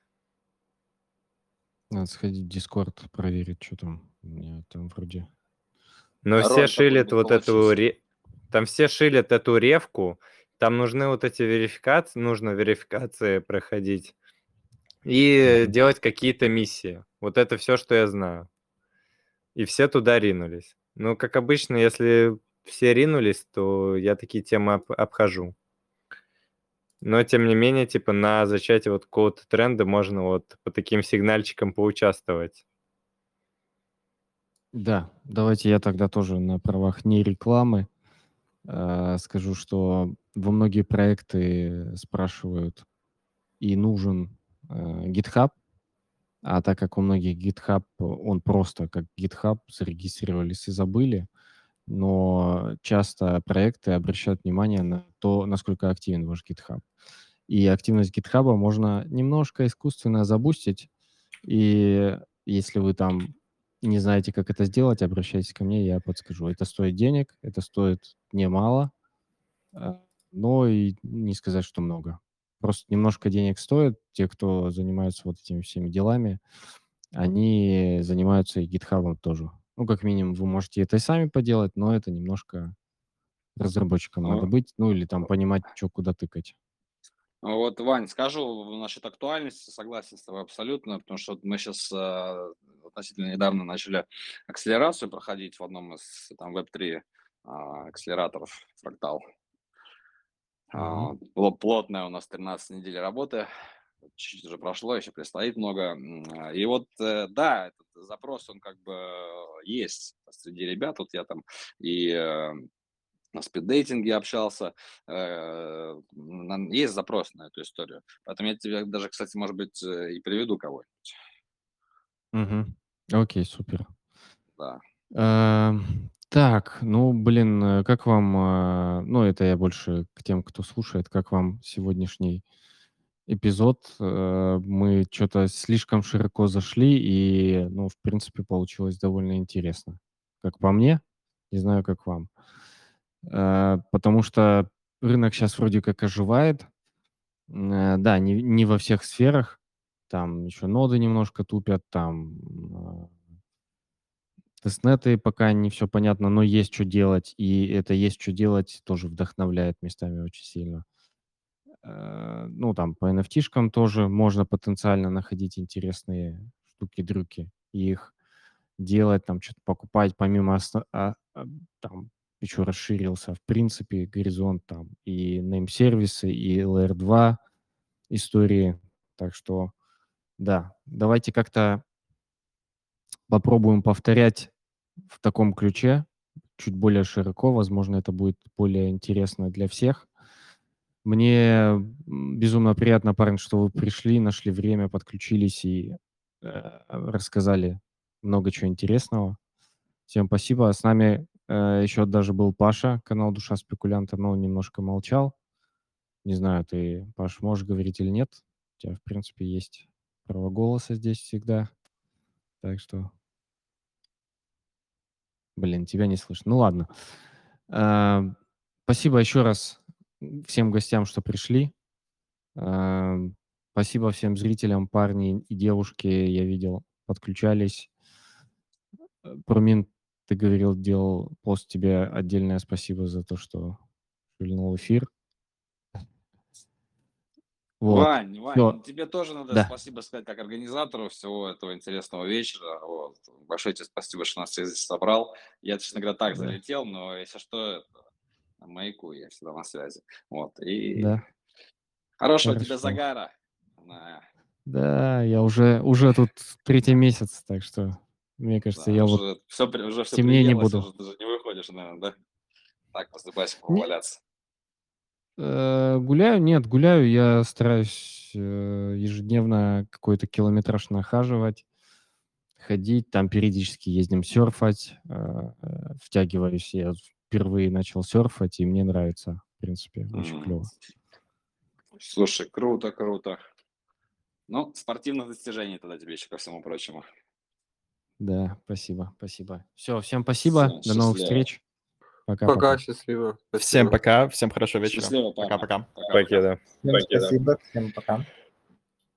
Надо сходить в Discord проверить, что там. У меня там вроде... Но все Ролик такой шилят вот эту... получился. Там все шилят эту ревку, там нужны вот эти верификации, нужно верификации проходить и Мгм. делать какие-то миссии. Вот это все, что я знаю. И все туда ринулись. Ну, как обычно, если все ринулись, то я такие темы обхожу. Но, тем не менее, типа на зачатии вот какого-то тренда можно вот по таким сигнальчикам поучаствовать. Да, давайте я тогда тоже на правах не рекламы скажу, что во многие проекты спрашивают и нужен GitHub, а так как у многих GitHub, он просто как GitHub, зарегистрировались и забыли, но часто проекты обращают внимание на то, насколько активен ваш GitHub. И активность GitHub можно немножко искусственно забустить, и если вы там не знаете, как это сделать, обращайтесь ко мне, я подскажу. Это стоит денег, это стоит немало, а, но и не сказать, что много. Просто немножко денег стоит. Те, кто занимаются вот этими всеми делами, они занимаются и гитхабом тоже. Ну, как минимум, вы можете это и сами поделать, но это немножко разработчикам надо Ну, быть, ну или там понимать, что куда тыкать. Вот, Вань, скажу насчет актуальности, согласен с тобой абсолютно, потому что вот мы сейчас относительно недавно начали акселерацию проходить в одном из там веб-3 акселераторов Фрактал. Мгм. Плотная у нас 13 недель работы, чуть-чуть уже прошло, еще предстоит много. И вот, да, этот запрос, он как бы есть среди ребят. Вот я там и на спиддейтинге общался, есть запрос на эту историю. Поэтому я тебе даже, кстати, может быть, и приведу кого-нибудь. Мгм. Окей, супер. Да. Так, ну, блин, как вам, ну, это я больше к тем, кто слушает, как вам сегодняшний эпизод? Мы что-то слишком широко зашли, и, ну, в принципе, получилось довольно интересно. Как по мне, не знаю, как вам. Потому что рынок сейчас вроде как оживает. Да, не во всех сферах. Там еще ноды немножко тупят, там тестнеты пока не все понятно, но есть что делать, и это есть что делать тоже вдохновляет местами очень сильно. Ну, там по NFT-шкам тоже можно потенциально находить интересные штуки-дрюки и их делать, там что то покупать помимо там еще расширился, в принципе, горизонт там и нейм-сервисы, и Layer 2 истории. Так что да, давайте как-то попробуем повторять в таком ключе, чуть более широко. Возможно, это будет более интересно для всех. Мне безумно приятно, парень, что вы пришли, нашли время, подключились и рассказали много чего интересного. Всем спасибо. С нами еще даже был Паша, канал «Душа спекулянта», но он немножко молчал. Не знаю, ты, Паш, можешь говорить или нет? У тебя, в принципе, есть право голоса здесь всегда. Так что, блин, тебя не слышно. Ну ладно. А, Спасибо еще раз всем гостям, что пришли. А, Спасибо всем зрителям, парни и девушки, я видел, подключались. Промин, ты говорил, делал пост, тебе отдельное спасибо за то, что шильнул эфир. Вот. Вань, Все, тебе тоже надо да, спасибо сказать как организатору всего этого интересного вечера. Вот. Большое тебе спасибо, что нас всех здесь собрал. Я, честно говоря, так да, залетел, но если что, это на маяку, я всегда на связи. Вот. И да, хорошего тебе хорошо. загара. На- Да, я уже тут третий месяц, так что, мне кажется, Да, я вот уже в все темнее не приелось, буду. уже даже не выходишь, наверное, да? Так, поступайся, Не, поваляться. гуляю? Нет, гуляю. Я стараюсь ежедневно какой-то километраж нахаживать. ходить. Там периодически ездим серфать. Втягиваюсь. Я впервые начал серфать, и мне нравится. В принципе, очень М. клево. Слушай, круто, круто. Ну, спортивных достижений тогда тебе еще ко всему прочему. Да, спасибо, спасибо. Все, всем спасибо. Всё, До новых счастливо. встреч. Пока-пока. Пока, счастливо. Всем Спасибо. пока, всем хорошего вечера. Счастливо, папа. Пока-пока. Пока-пока. Покеда. Всем спасибо, всем пока.